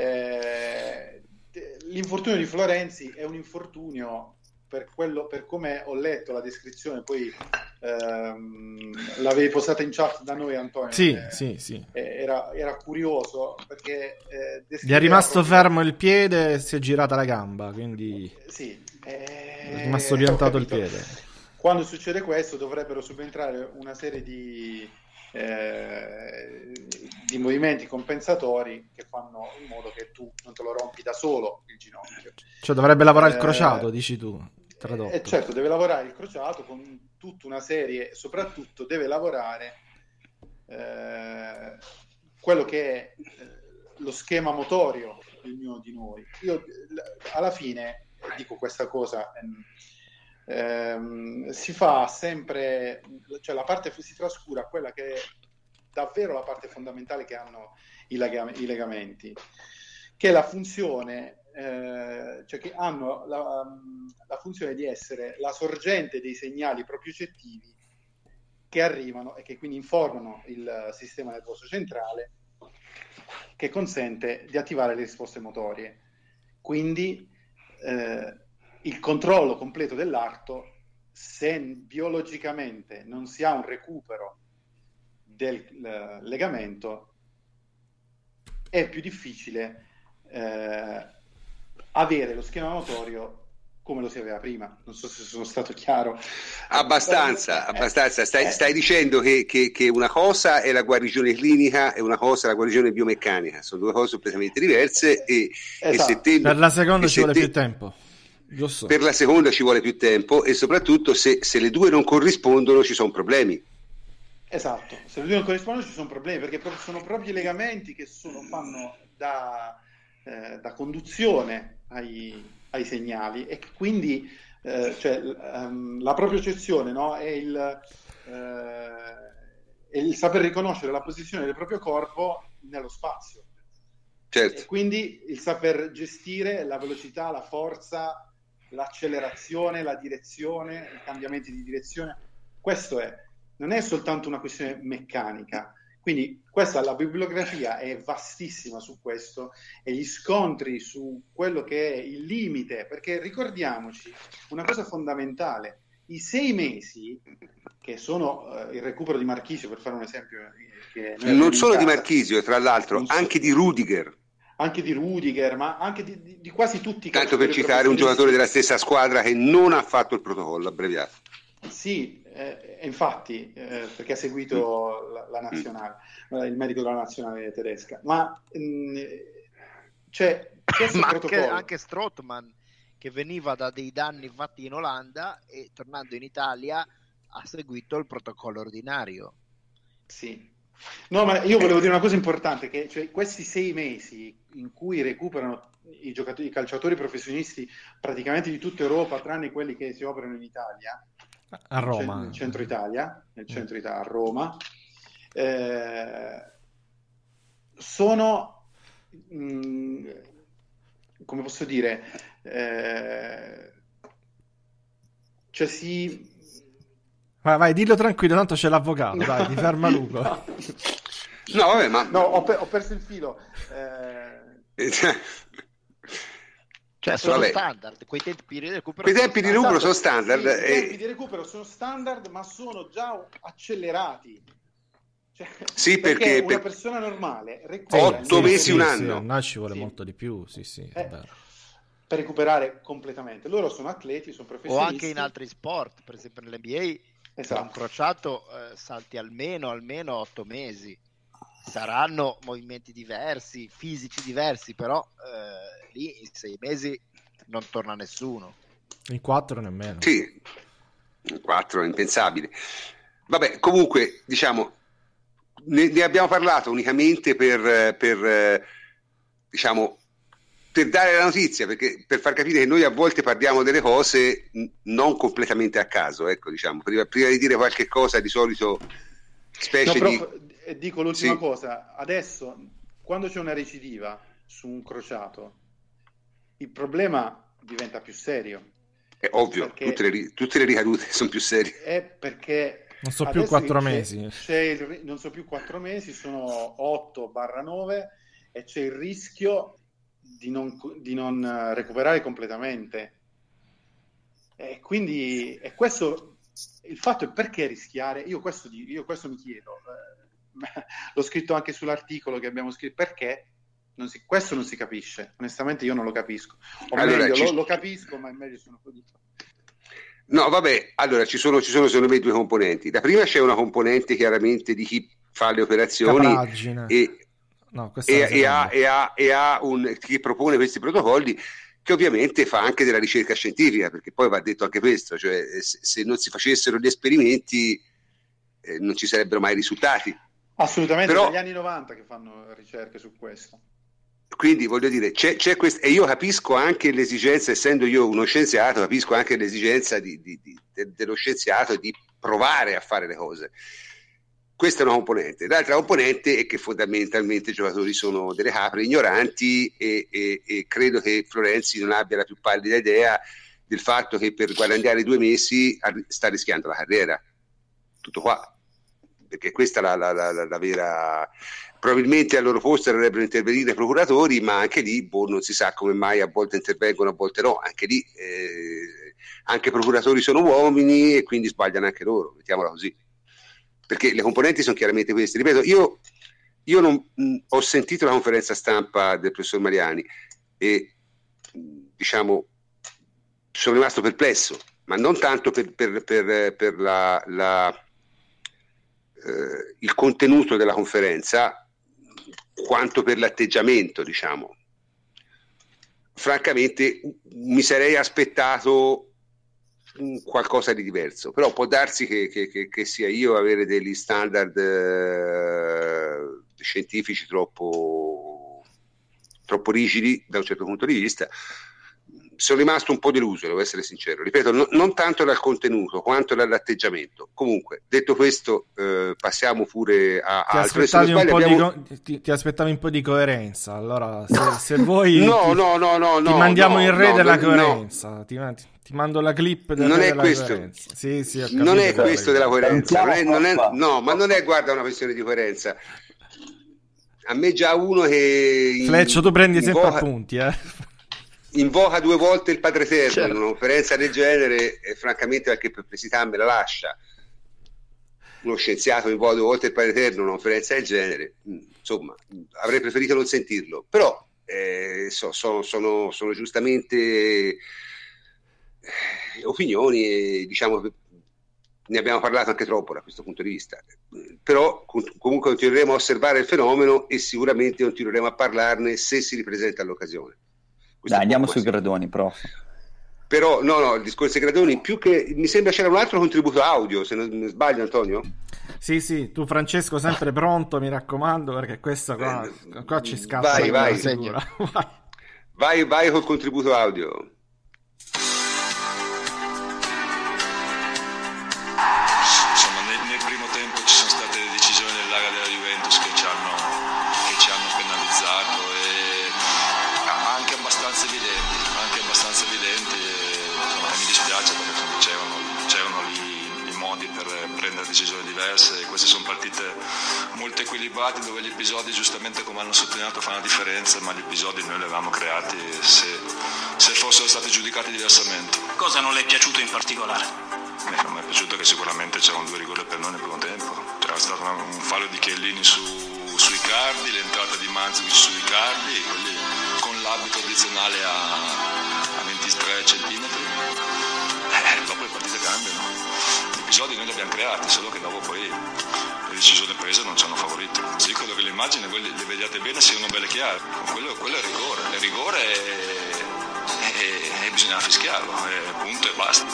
E: L'infortunio di Florenzi è un infortunio, per come ho letto la descrizione, poi l'avevi postata in chat da noi, Antonio.
B: Sì.
E: Era curioso perché
B: gli è rimasto fermo il piede e si è girata la gamba, quindi è rimasto piantato il piede.
E: Quando succede questo dovrebbero subentrare una serie di movimenti compensatori che fanno in modo che tu non te lo rompi da solo il ginocchio.
B: Cioè dovrebbe lavorare il crociato, dici tu, tradotto.
E: Certo, deve lavorare il crociato con tutta una serie, e soprattutto deve lavorare quello che è lo schema motorio di ognuno di noi. Io alla fine dico questa cosa... si fa sempre, cioè la parte si trascura quella che è davvero la parte fondamentale che hanno i legamenti, che è la funzione, cioè che hanno la funzione di essere la sorgente dei segnali propriocettivi che arrivano e che quindi informano il sistema nervoso centrale, che consente di attivare le risposte motorie. Quindi il controllo completo dell'arto, se biologicamente non si ha un recupero del legamento, è più difficile avere lo schema motorio come lo si aveva prima. Non so se sono stato chiaro.
A: Abbastanza. Stai dicendo che una cosa è la guarigione clinica e una cosa è la guarigione biomeccanica, sono due cose completamente diverse
E: esatto.
B: Per la seconda ci vuole più tempo. Giusto.
A: Per la seconda ci vuole più tempo, e soprattutto se le due non corrispondono ci sono problemi.
E: Esatto, se le due non corrispondono ci sono problemi, perché sono proprio i legamenti che fanno da conduzione ai segnali, e quindi la propriocezione, no? È il saper riconoscere la posizione del proprio corpo nello spazio.
A: Certo.
E: E quindi il saper gestire la velocità, la forza, l'accelerazione, la direzione, i cambiamenti di direzione. Questo non è soltanto una questione meccanica. Quindi la bibliografia è vastissima su questo, e gli scontri su quello che è il limite, perché ricordiamoci una cosa fondamentale: i 6 mesi che sono il recupero di Marchisio, per fare un esempio,
A: non solo di Marchisio, tra l'altro anche di Rudiger.
E: Anche di Rudiger, ma anche di quasi tutti i
A: tanto per citare un giocatore della stessa squadra che non ha fatto il protocollo abbreviato.
E: Sì, infatti, perché ha seguito la nazionale, il medico della nazionale tedesca, ma c'è questo
D: Ma
E: protocollo.
D: anche Strootman, che veniva da dei danni fatti in Olanda e tornando in Italia ha seguito il protocollo ordinario.
E: Sì. No, ma io volevo dire una cosa importante, che cioè, questi 6 mesi in cui recuperano i calciatori professionisti praticamente di tutta Europa, tranne quelli che si operano in Italia,
B: a Roma,
E: nel centro Italia, a Roma, sono, come posso dire, cioè
B: vai, dillo tranquillo, tanto c'è l'avvocato,
E: no,
B: dai, ti ferma Lugo.
A: No, vabbè, ma...
E: No, ho perso il filo.
D: Cioè sono
A: Vabbè.
D: standard, quei tempi di recupero
A: Quei tempi di recupero sono standard.
E: Sì, i tempi di recupero sono standard, ma sono già accelerati. Cioè,
A: Sì, perché
E: una persona normale recupera
A: 8 mesi, un anno.
B: No, ci vuole molto di più, sì, è vero.
E: Per recuperare completamente. Loro sono atleti, sono
D: o
E: professionisti.
D: anche in altri sport, per esempio nell'NBA,
E: Esatto.
D: un crociato salti almeno 8 mesi. Saranno movimenti diversi, fisici diversi, però lì in 6 mesi non torna nessuno.
B: In 4 nemmeno.
A: Sì, in 4 è impensabile. Vabbè, comunque, diciamo, ne abbiamo parlato unicamente per diciamo, per dare la notizia, perché per far capire che noi a volte parliamo delle cose non completamente a caso, ecco, diciamo, prima di dire qualche cosa di solito specie
E: dico l'ultima
A: sì.
E: cosa, adesso quando c'è una recidiva su un crociato il problema diventa più serio.
A: È ovvio, tutte le ricadute sono più serie.
E: È perché
B: non so più 4 mesi.
E: Non so più 4 mesi, sono 8/9 e c'è il rischio di non recuperare completamente. E quindi questo il fatto è perché rischiare? Io questo mi chiedo. L'ho scritto anche sull'articolo che abbiamo scritto, perché questo non si capisce, onestamente io non lo capisco, lo capisco, ma è meglio se non lo dico.
A: No, vabbè, allora ci sono secondo me 2 componenti. La prima, c'è una componente chiaramente di chi fa le operazioni chi propone questi protocolli, che ovviamente fa anche della ricerca scientifica, perché poi va detto anche questo, cioè se non si facessero gli esperimenti non ci sarebbero mai risultati.
E: Assolutamente, però, dagli anni 90 che fanno ricerche su questo.
A: Quindi voglio dire, c'è questo, e io capisco anche l'esigenza, essendo io uno scienziato, capisco anche l'esigenza dello scienziato di provare a fare le cose. Questa è una componente. L'altra componente è che fondamentalmente i giocatori sono delle capre ignoranti e credo che Florenzi non abbia la più pallida idea del fatto che per guadagnare 2 mesi sta rischiando la carriera. Tutto qua. Perché questa è la vera... Probabilmente al loro posto dovrebbero intervenire i procuratori, ma anche lì non si sa come mai a volte intervengono, a volte no. Anche lì anche i procuratori sono uomini e quindi sbagliano anche loro, mettiamola così. Perché le componenti sono chiaramente queste. Ripeto, io non ho sentito la conferenza stampa del professor Mariani e diciamo sono rimasto perplesso, ma non tanto per il contenuto della conferenza quanto per l'atteggiamento, diciamo. Francamente mi sarei aspettato qualcosa di diverso, però può darsi che sia io avere degli standard scientifici troppo rigidi da un certo punto di vista. Sono rimasto un po' deluso, devo essere sincero. Ripeto, non tanto dal contenuto quanto dall'atteggiamento. Comunque, detto questo, passiamo pure a altro.
B: Ti aspettavi un po' di coerenza. Allora, se vuoi,
A: no,
B: ti mandiamo il re della coerenza. Ti mando la clip del
A: non
B: re
A: è
B: della
A: questo.
B: Coerenza. Sì, ho capito,
A: non è questo della coerenza. Ma non è, guarda, una questione di coerenza. A me già uno che
B: Fleccio, tu prendi sempre appunti,
A: invoca 2 volte il Padre Eterno,
D: certo,
A: in una conferenza del genere, francamente qualche perplessità me la lascia. Uno scienziato invoca 2 volte il Padre Eterno in una conferenza del genere, insomma, avrei preferito non sentirlo, però sono giustamente opinioni, diciamo, ne abbiamo parlato anche troppo da questo punto di vista, però comunque continueremo a osservare il fenomeno e sicuramente continueremo a parlarne se si ripresenta l'occasione.
C: Dai, andiamo sui gradoni, prof.
A: Però no, il discorso dei gradoni, più che mi sembra c'era un altro contributo audio, se non sbaglio, Antonio?
B: Sì, tu Francesco sempre pronto, mi raccomando, perché questa qua ci scappa.
A: Vai col contributo audio.
H: Decisioni diverse, e queste sono partite molto equilibrate dove gli episodi, giustamente come hanno sottolineato, fanno la differenza, ma gli episodi noi li avevamo creati se fossero stati giudicati diversamente.
I: Cosa non le è piaciuto in particolare?
H: Mi è piaciuto che sicuramente c'erano 2 rigori per noi nel primo tempo, c'era stato un fallo di Chiellini sui Cardi, l'entrata di Mandzukic sui Cardi, quelli con l'abito addizionale a 23 centimetri, dopo le partite cambiano. Gli episodi noi li abbiamo creati, solo che dopo poi le decisioni prese non ci hanno favorito. Sì, credo che le immagini voi le vediate bene, siano belle chiare. Quello è rigore. Il rigore e bisogna fischiarlo, punto e basta.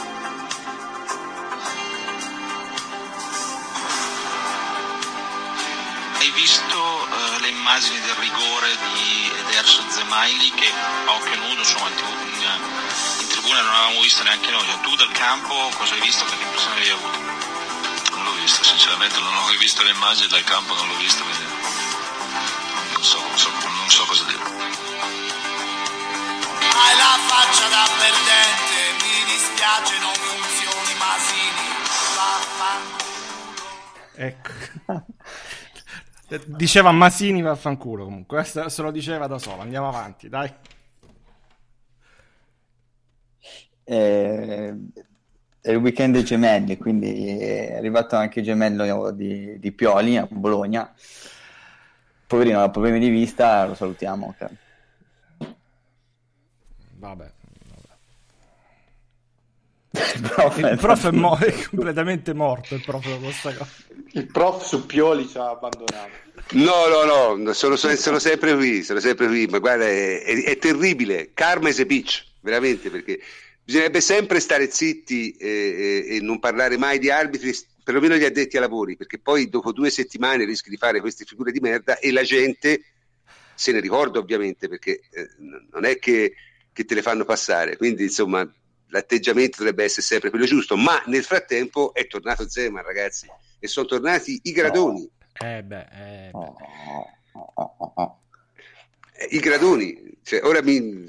I: Hai visto le immagini del rigore di Ederso Zemaili che a occhio nudo, insomma, in tribuna non avevamo visto neanche noi. Tu dal campo cosa hai visto? Che impressione hai avuto?
H: Non l'ho visto, sinceramente non ho rivisto le immagini dal campo, non l'ho visto, quindi non so cosa dire.
J: Hai la faccia da perdente, mi dispiace non funzioni, Masini, vaffanculo.
B: Ecco. Diceva Masini vaffanculo, comunque questo se lo diceva da solo. Andiamo avanti, dai.
C: È il weekend dei gemelli, quindi è arrivato anche il gemello di Pioli a Bologna. Poverino, ha problemi di vista, lo salutiamo. Okay.
B: Vabbè.
C: Il
B: prof è completamente morto.
E: Il prof su Pioli ci ha abbandonato.
A: No, sono sempre qui, ma guarda, è terribile. Karma is a bitch, veramente, perché bisognerebbe sempre stare zitti e non parlare mai di arbitri, perlomeno gli addetti ai lavori, perché poi dopo 2 settimane rischi di fare queste figure di merda e la gente se ne ricorda, ovviamente, perché non è che te le fanno passare, quindi insomma l'atteggiamento dovrebbe essere sempre quello giusto, ma nel frattempo è tornato Zeman, ragazzi, e sono tornati i gradoni. I gradoni, cioè, ora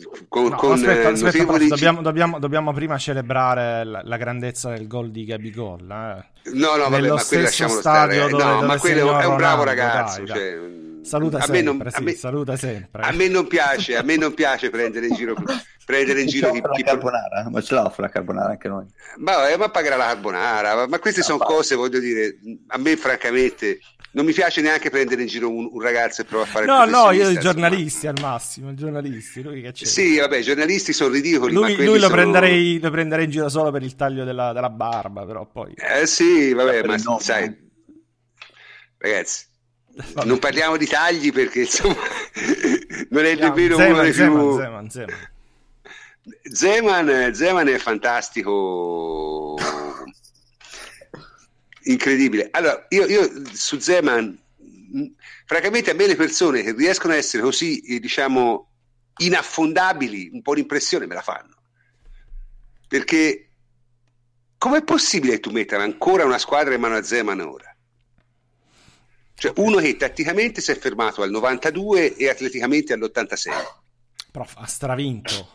B: aspetta, dobbiamo prima celebrare la grandezza del gol di Gabigol.
A: No, vabbè, ma quello lasciamolo stare.
B: Dove
A: ma quello è un bravo
B: Ronaldo,
A: ragazzo.
B: dai.
A: Cioè,
B: saluta sempre.
A: A me non piace prendere in giro
C: chi carbonara, ma ce l'ha la carbonara anche noi.
A: Ma pagherà la carbonara, ma queste sono cose, voglio dire, a me francamente non mi piace neanche prendere in giro un ragazzo e provare a fare
B: io i giornalisti al massimo, lui che c'è.
A: Sì, vabbè, i giornalisti sono ridicoli,
B: lui lo prenderei in giro solo per il taglio della barba, però poi
A: sì, vabbè, ma sai, ragazzi, non parliamo di tagli perché insomma non è nemmeno uno dei più. Zeman è fantastico, incredibile. Allora io su Zeman, francamente, a me le persone che riescono a essere così diciamo inaffondabili, un po' l'impressione me la fanno, perché com'è possibile che tu metta ancora una squadra in mano a Zeman ora? Cioè uno che tatticamente si è fermato al 92 e atleticamente all'86.
B: Prof, ha stravinto.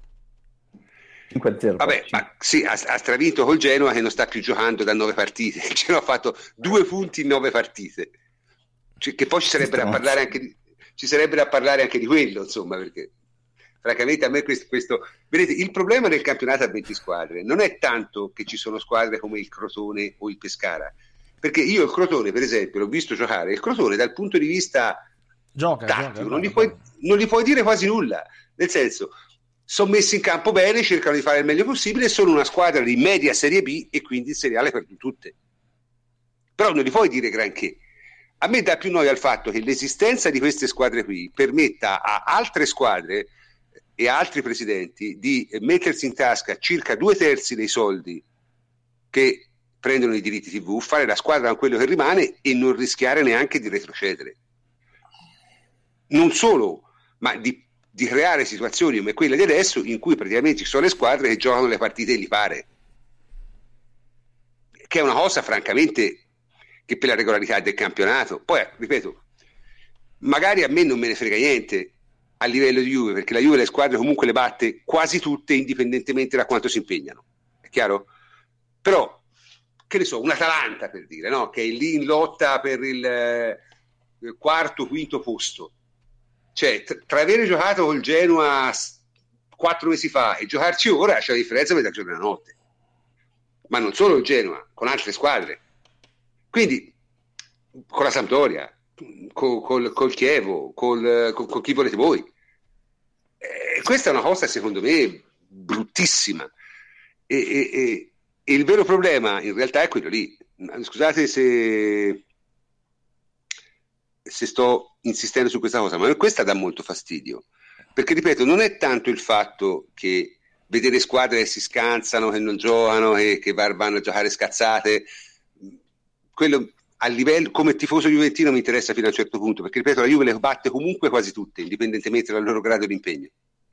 C: 5-0.
A: Vabbè, ma sì, ha stravinto col Genoa che non sta più giocando da 9 partite. Il Genoa ha fatto 2 punti in 9 partite. Cioè, che poi ci sarebbe da parlare anche di quello, insomma, perché francamente a me questo... Vedete, il problema del campionato a 20 squadre non è tanto che ci sono squadre come il Crotone o il Pescara, perché io il Crotone, per esempio, l'ho visto giocare. Il Crotone dal punto di vista tattico non gli puoi dire quasi nulla, nel senso, sono messi in campo bene, cercano di fare il meglio possibile, sono una squadra di media Serie B e quindi il seriale per tutte. Però non gli puoi dire granché. A me dà più noia il fatto che l'esistenza di queste squadre qui permetta a altre squadre e a altri presidenti di mettersi in tasca circa 2/3 dei soldi che prendono i diritti TV, fare la squadra con quello che rimane e non rischiare neanche di retrocedere. Non solo, ma di creare situazioni come quelle di adesso in cui praticamente ci sono le squadre che giocano le partite e gli pare, che è una cosa francamente che per la regolarità del campionato, poi ripeto, magari a me non me ne frega niente a livello di Juve, perché la Juve le squadre comunque le batte quasi tutte indipendentemente da quanto si impegnano, è chiaro? Però che ne so, un Atalanta per dire, no? Che è lì in lotta per il quarto, quinto posto, cioè tra avere giocato col Genoa 4 mesi fa e giocarci ora c'è la differenza per il giorno e la notte, ma non solo il Genoa, con altre squadre, quindi con la Sampdoria, col Chievo, con chi volete voi. Questa è una cosa secondo me bruttissima e il vero problema in realtà è quello lì. Scusate se sto insistendo su questa cosa, ma questa dà molto fastidio, perché ripeto, non è tanto il fatto che vedere squadre che si scansano, che non giocano e che vanno a giocare scazzate, quello a livello come tifoso juventino mi interessa fino a un certo punto, perché ripeto, la Juve le batte comunque quasi tutte, indipendentemente dal loro grado di impegno.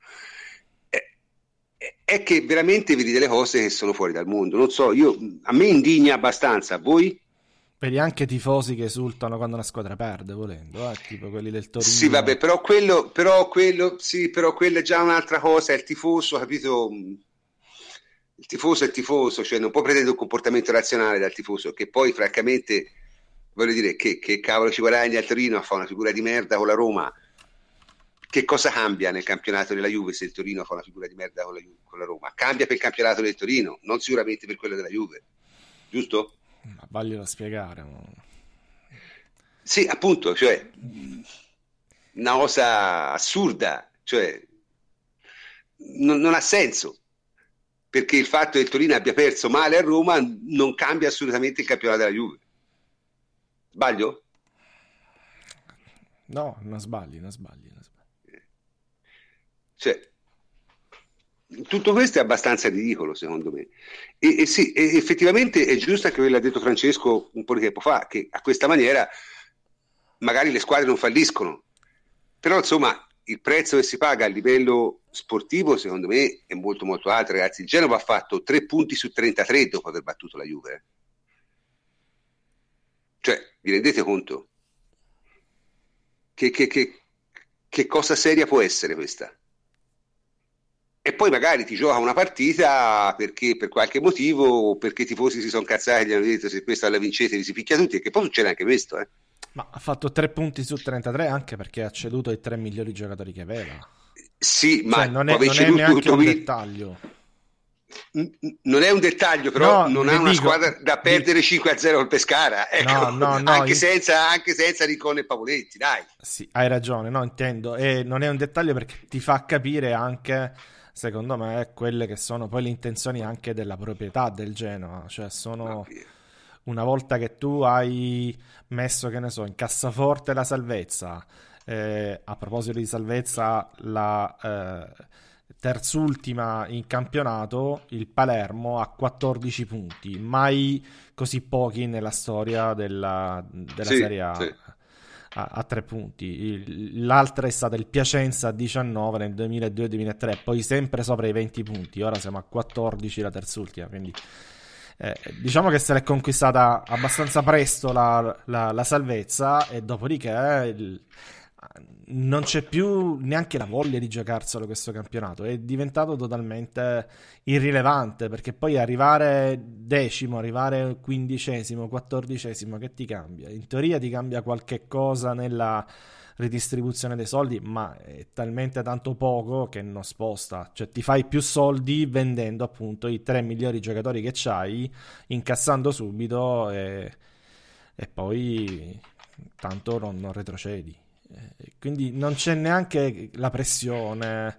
A: È che veramente vedi delle cose che sono fuori dal mondo, non so, a me indigna abbastanza, a voi?
B: Vedi anche tifosi che esultano quando una squadra perde, volendo, tipo quelli del Torino.
A: Sì, vabbè, però quello è già un'altra cosa, è il tifoso, capito? Il tifoso è il tifoso, cioè non può pretendere un comportamento razionale dal tifoso, che poi francamente, voglio dire, che cavolo ci guadagna al Torino a fare una figura di merda con la Roma? Che cosa cambia nel campionato della Juve se il Torino fa una figura di merda con la Roma? Cambia per il campionato del Torino, non sicuramente per quello della Juve, giusto?
B: Ma vaglielo spiegare.
A: Sì, appunto, cioè una cosa assurda, cioè non ha senso, perché il fatto che il Torino abbia perso male a Roma non cambia assolutamente il campionato della Juve. Sbaglio?
B: No, non sbagli.
A: Cioè, tutto questo è abbastanza ridicolo secondo me e sì, effettivamente è giusto anche quello che ha detto Francesco un po' di tempo fa, che a questa maniera magari le squadre non falliscono, però insomma il prezzo che si paga a livello sportivo secondo me è molto molto alto, ragazzi. Il Genova ha fatto 3 punti su 33 dopo aver battuto la Juve, cioè vi rendete conto che cosa seria può essere questa? E poi magari ti gioca una partita perché per qualche motivo, perché i tifosi si sono cazzati e gli hanno detto se questa la vincete vi si picchia tutti, e che poi succede anche questo.
B: Ma ha fatto 3 punti su 33 anche perché ha ceduto i 3 migliori giocatori che aveva.
A: Sì, ma
B: non è neanche un dettaglio.
A: Non è un dettaglio, però non ha una squadra da perdere 5-0 col Pescara, ecco. No, anche senza Riccone e Pavoletti, dai.
B: Sì, hai ragione, no, intendo, e non è un dettaglio perché ti fa capire anche, secondo me, quelle che sono poi le intenzioni anche della proprietà del Genoa, cioè sono una volta che tu hai messo, che ne so, in cassaforte la salvezza, a proposito di salvezza, la terzultima in campionato, il Palermo, ha 14 punti, mai così pochi nella storia della Serie A. Sì. A 3 punti. L'altra è stata il Piacenza a 19 nel 2002-2003, poi sempre sopra i 20 punti, ora siamo a 14 la terzultima, quindi diciamo che se l'è conquistata abbastanza presto la salvezza, e dopodiché non c'è più neanche la voglia di giocarselo questo campionato, è diventato totalmente irrilevante, perché poi arrivare decimo, arrivare quindicesimo, quattordicesimo, che ti cambia? In teoria ti cambia qualche cosa nella ridistribuzione dei soldi, ma è talmente tanto poco che non sposta, cioè ti fai più soldi vendendo appunto i 3 migliori giocatori che c'hai, incassando subito e poi tanto non retrocedi. Quindi non c'è neanche la pressione,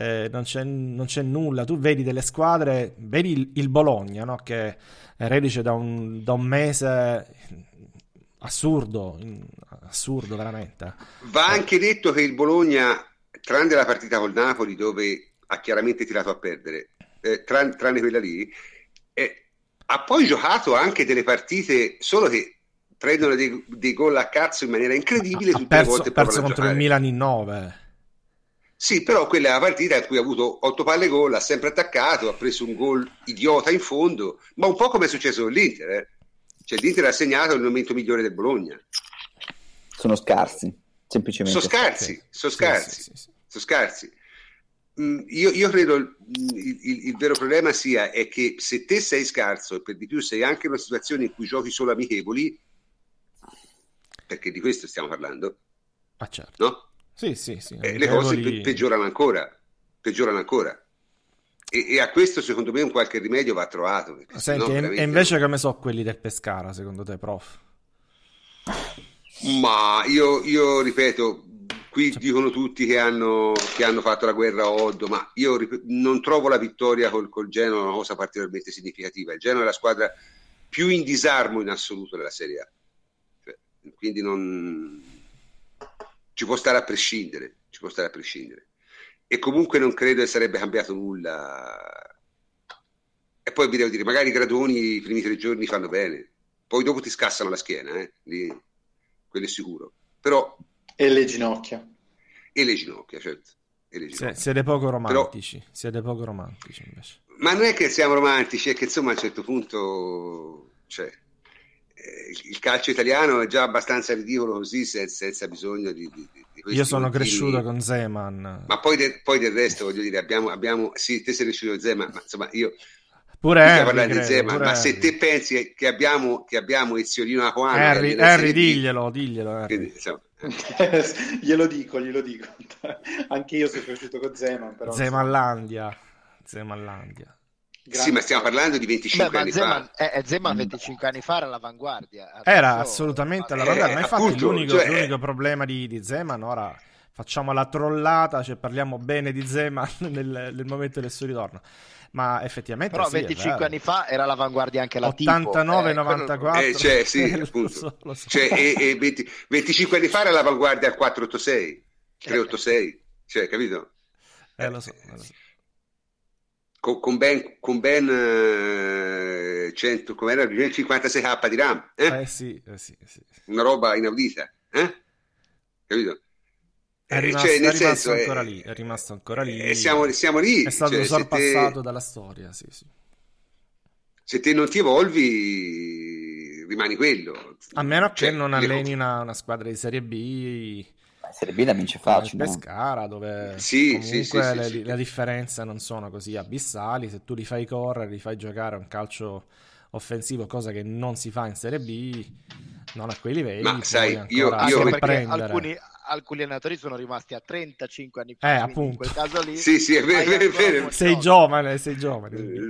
B: non c'è nulla. Tu vedi delle squadre, vedi il Bologna, no? Che è reduce da un mese assurdo veramente.
A: Va anche detto che il Bologna, tranne la partita col Napoli dove ha chiaramente tirato a perdere, tranne quella lì, ha poi giocato anche delle partite, solo che prendono dei gol a cazzo in maniera incredibile. Tutte le volte
B: ha perso contro il Milan in 9.
A: Sì, però quella è la partita in cui ha avuto 8 palle gol, ha sempre attaccato, ha preso un gol idiota in fondo, ma un po' come è successo con l'Inter. Cioè l'Inter ha segnato il momento migliore del Bologna.
C: Sono scarsi, semplicemente.
A: Sono scarsi. Io credo il vero problema è che se te sei scarso e per di più sei anche in una situazione in cui giochi solo amichevoli, perché di questo stiamo parlando,
B: certo.
A: No?
B: Sì.
A: Le cose peggiorano ancora. E a questo secondo me un qualche rimedio va trovato.
B: Senti, e invece come so quelli del Pescara, secondo te, prof?
A: Ma io ripeto, qui dicono tutti che hanno fatto la guerra a Oddo, ma io non trovo la vittoria col Genoa una cosa particolarmente significativa. Il Genoa è la squadra più in disarmo in assoluto della Serie A. Quindi non ci può stare a prescindere. E comunque non credo che sarebbe cambiato nulla. E poi vi devo dire, magari i gradoni i primi 3 giorni fanno bene, poi dopo ti scassano la schiena, lì, quello è sicuro. Però
E: e le ginocchia,
A: certo.
B: Siete poco romantici. Siete poco romantici invece.
A: Ma non è che siamo romantici, è che insomma a un certo punto, il calcio italiano è già abbastanza ridicolo così, senza bisogno di
B: io sono cresciuto con Zeman,
A: ma poi del resto voglio dire, abbiamo sì, te sei cresciuto con Zeman, ma insomma io
B: pure Henry,
A: parlando di Zeman, ma se te pensi che abbiamo Eziolino Apoano,
B: Henry diglielo
A: quindi, insomma,
E: glielo dico anche io sono cresciuto con Zeman, però
B: Zemanlandia.
A: Sì, ma stiamo parlando di 25 anni fa.
D: Zeman 25 anni fa era all'avanguardia.
B: Era assolutamente all'avanguardia, ma infatti
A: appunto,
B: l'unico problema di Zeman, ora facciamo la trollata, parliamo bene di Zeman nel momento del suo ritorno, ma effettivamente
D: però
B: sì,
D: 25 anni fa era all'avanguardia anche la
B: 89-94.
A: Sì, appunto. Lo so. E 25 anni fa era all'avanguardia al 486, 386, capito?
B: Lo so.
A: Con ben 100, com'era, 56k di RAM,
B: sì.
A: Una roba inaudita, capito?
B: È rimasto ancora lì.
A: E siamo lì.
B: È stato sorpassato dalla storia, sì.
A: Se te non ti evolvi, rimani quello.
B: A meno che non alleni una squadra di Serie B.
C: Serie B la vince facile.
B: Pescara, dove la differenza non sono così abissali. Se tu li fai correre, li fai giocare a un calcio offensivo, cosa che non si fa in Serie B, non a quei livelli.
A: Ma sai,
D: perché alcuni allenatori sono rimasti a 35 anni fa,
B: appunto.
D: In quel caso lì
A: sì, è vero.
B: Sei giovane.
A: È vero.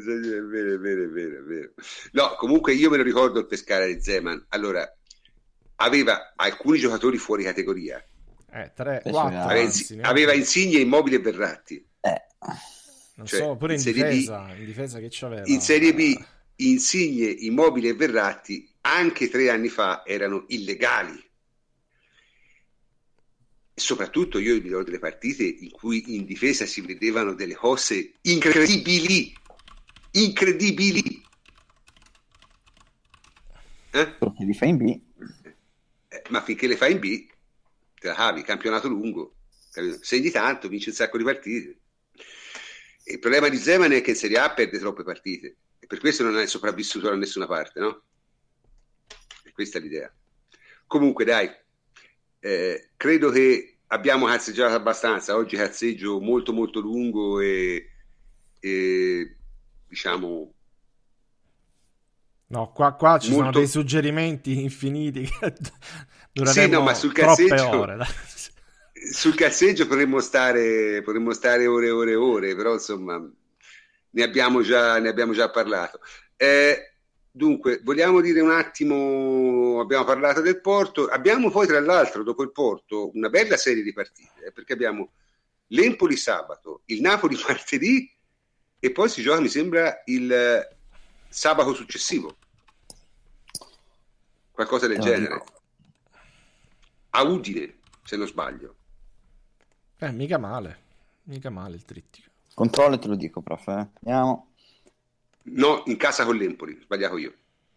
A: No, comunque io me lo ricordo il Pescara di Zeman. Allora, aveva alcuni giocatori fuori categoria.
B: 3, 4,
A: aveva Insigne, Immobile e Verratti.
B: Non so, pure in difesa che c'aveva.
A: In Serie B Insigne, Immobile e Verratti anche 3 anni fa erano illegali. Soprattutto io mi ricordo delle partite in cui in difesa si vedevano delle cose incredibili.
C: Perché li fai in B?
A: Ma finché le fai in B te la cavi, campionato lungo, capito? Segni tanto, vinci un sacco di partite. E il problema di Zeman è che in Serie A perde troppe partite e per questo non è sopravvissuto da nessuna parte, no? E questa è l'idea. Comunque dai, credo che abbiamo cazzeggiato abbastanza. Oggi cazzeggio molto molto lungo e diciamo
B: no, qua ci sono dei suggerimenti infiniti che dureremo
A: ma sul
B: troppe ore.
A: Sul cazzeggio potremmo stare ore, però insomma ne abbiamo già parlato. Dunque, vogliamo dire un attimo, abbiamo parlato del Porto, abbiamo poi tra l'altro dopo il Porto una bella serie di partite, perché abbiamo l'Empoli sabato, il Napoli martedì e poi si gioca, mi sembra, il sabato successivo. Qualcosa del genere. A Udine, se non sbaglio.
B: Mica male il trittico.
C: Controllo e te lo dico, prof. Andiamo.
A: No, in casa con l'Empoli, sbagliato io.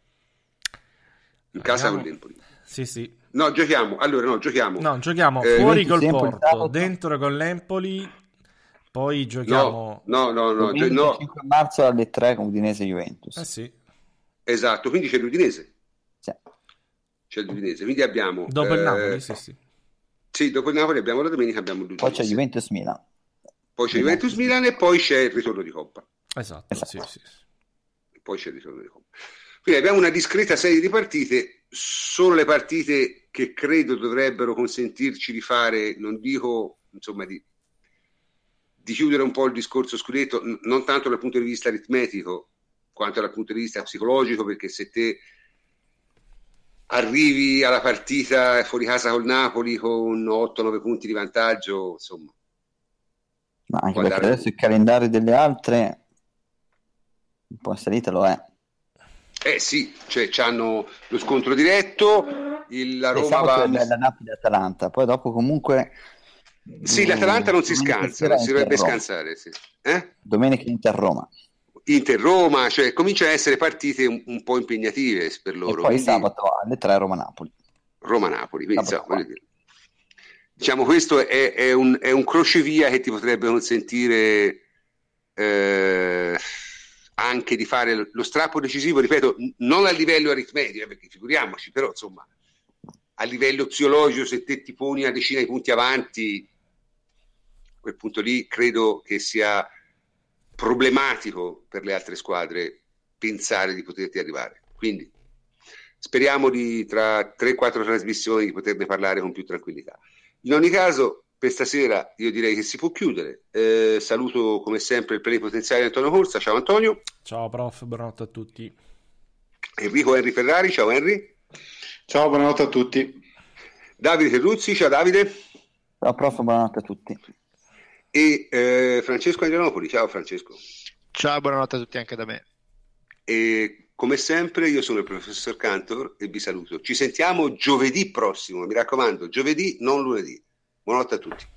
A: In casa con l'Empoli.
B: Sì.
A: No, giochiamo. Allora, no, giochiamo.
B: No, giochiamo fuori col
C: Empoli,
B: Porto, dentro con l'Empoli, poi giochiamo...
A: No.
C: 5 marzo alle 3 con Udinese Juventus.
B: Sì.
A: Esatto, quindi c'è l'Udinese.
C: Sì.
A: C'è l'Udinese, quindi abbiamo...
B: Dopo il Napoli, sì.
A: Sì, dopo il Napoli abbiamo la domenica, abbiamo l'Udinese.
C: Poi c'è Juventus-Milan.
A: Poi c'è Juventus-Milan e poi c'è il ritorno di Coppa.
B: Esatto. Sì.
A: Poi c'è il ritorno di Coppa. Quindi abbiamo una discreta serie di partite, sono le partite che credo dovrebbero consentirci di fare, non dico, insomma, di chiudere un po' il discorso scudetto, non tanto dal punto di vista aritmetico, quanto dal punto di vista psicologico, perché se te arrivi alla partita fuori casa col Napoli con 8-9 punti di vantaggio, insomma.
C: Ma anche perché adesso il calendario delle altre un po' in salita lo è.
A: Sì, cioè c'hanno lo scontro diretto, la Roma va...
C: la Napoli-Atalanta, poi dopo comunque...
A: Sì, l'Atalanta non si scansa, non si dovrebbe scansare. Sì.
C: Domenica Inter-Roma.
A: Inter-Roma, cioè cominciano a essere partite un po' impegnative per loro.
C: E poi quindi... sabato alle 3 Roma-Napoli.
A: Roma-Napoli, quindi diciamo questo è un crocevia che ti potrebbe consentire anche di fare lo strappo decisivo, ripeto, non a livello aritmetico, perché figuriamoci, però insomma a livello psicologico, se te ti poni una decina di punti avanti, a quel punto lì credo che sia problematico per le altre squadre pensare di poterti arrivare. Quindi speriamo tra 3-4 trasmissioni di poterne parlare con più tranquillità. In ogni caso, per stasera io direi che si può chiudere. Saluto come sempre il plenipotenziario Antonio Corsa. Ciao Antonio.
B: Ciao prof, buonanotte a tutti.
A: Enrico Henry Ferrari. Ciao Henry.
E: Ciao, buonanotte a tutti.
A: Davide Terruzzi. Ciao Davide.
C: Ciao prof, buonanotte a tutti.
A: E Francesco Andrianopoli. Ciao Francesco.
D: Ciao, buonanotte a tutti anche da me.
A: E come sempre io sono il professor Cantor e vi saluto. Ci sentiamo giovedì prossimo, mi raccomando, giovedì, non lunedì. Buonanotte a tutti.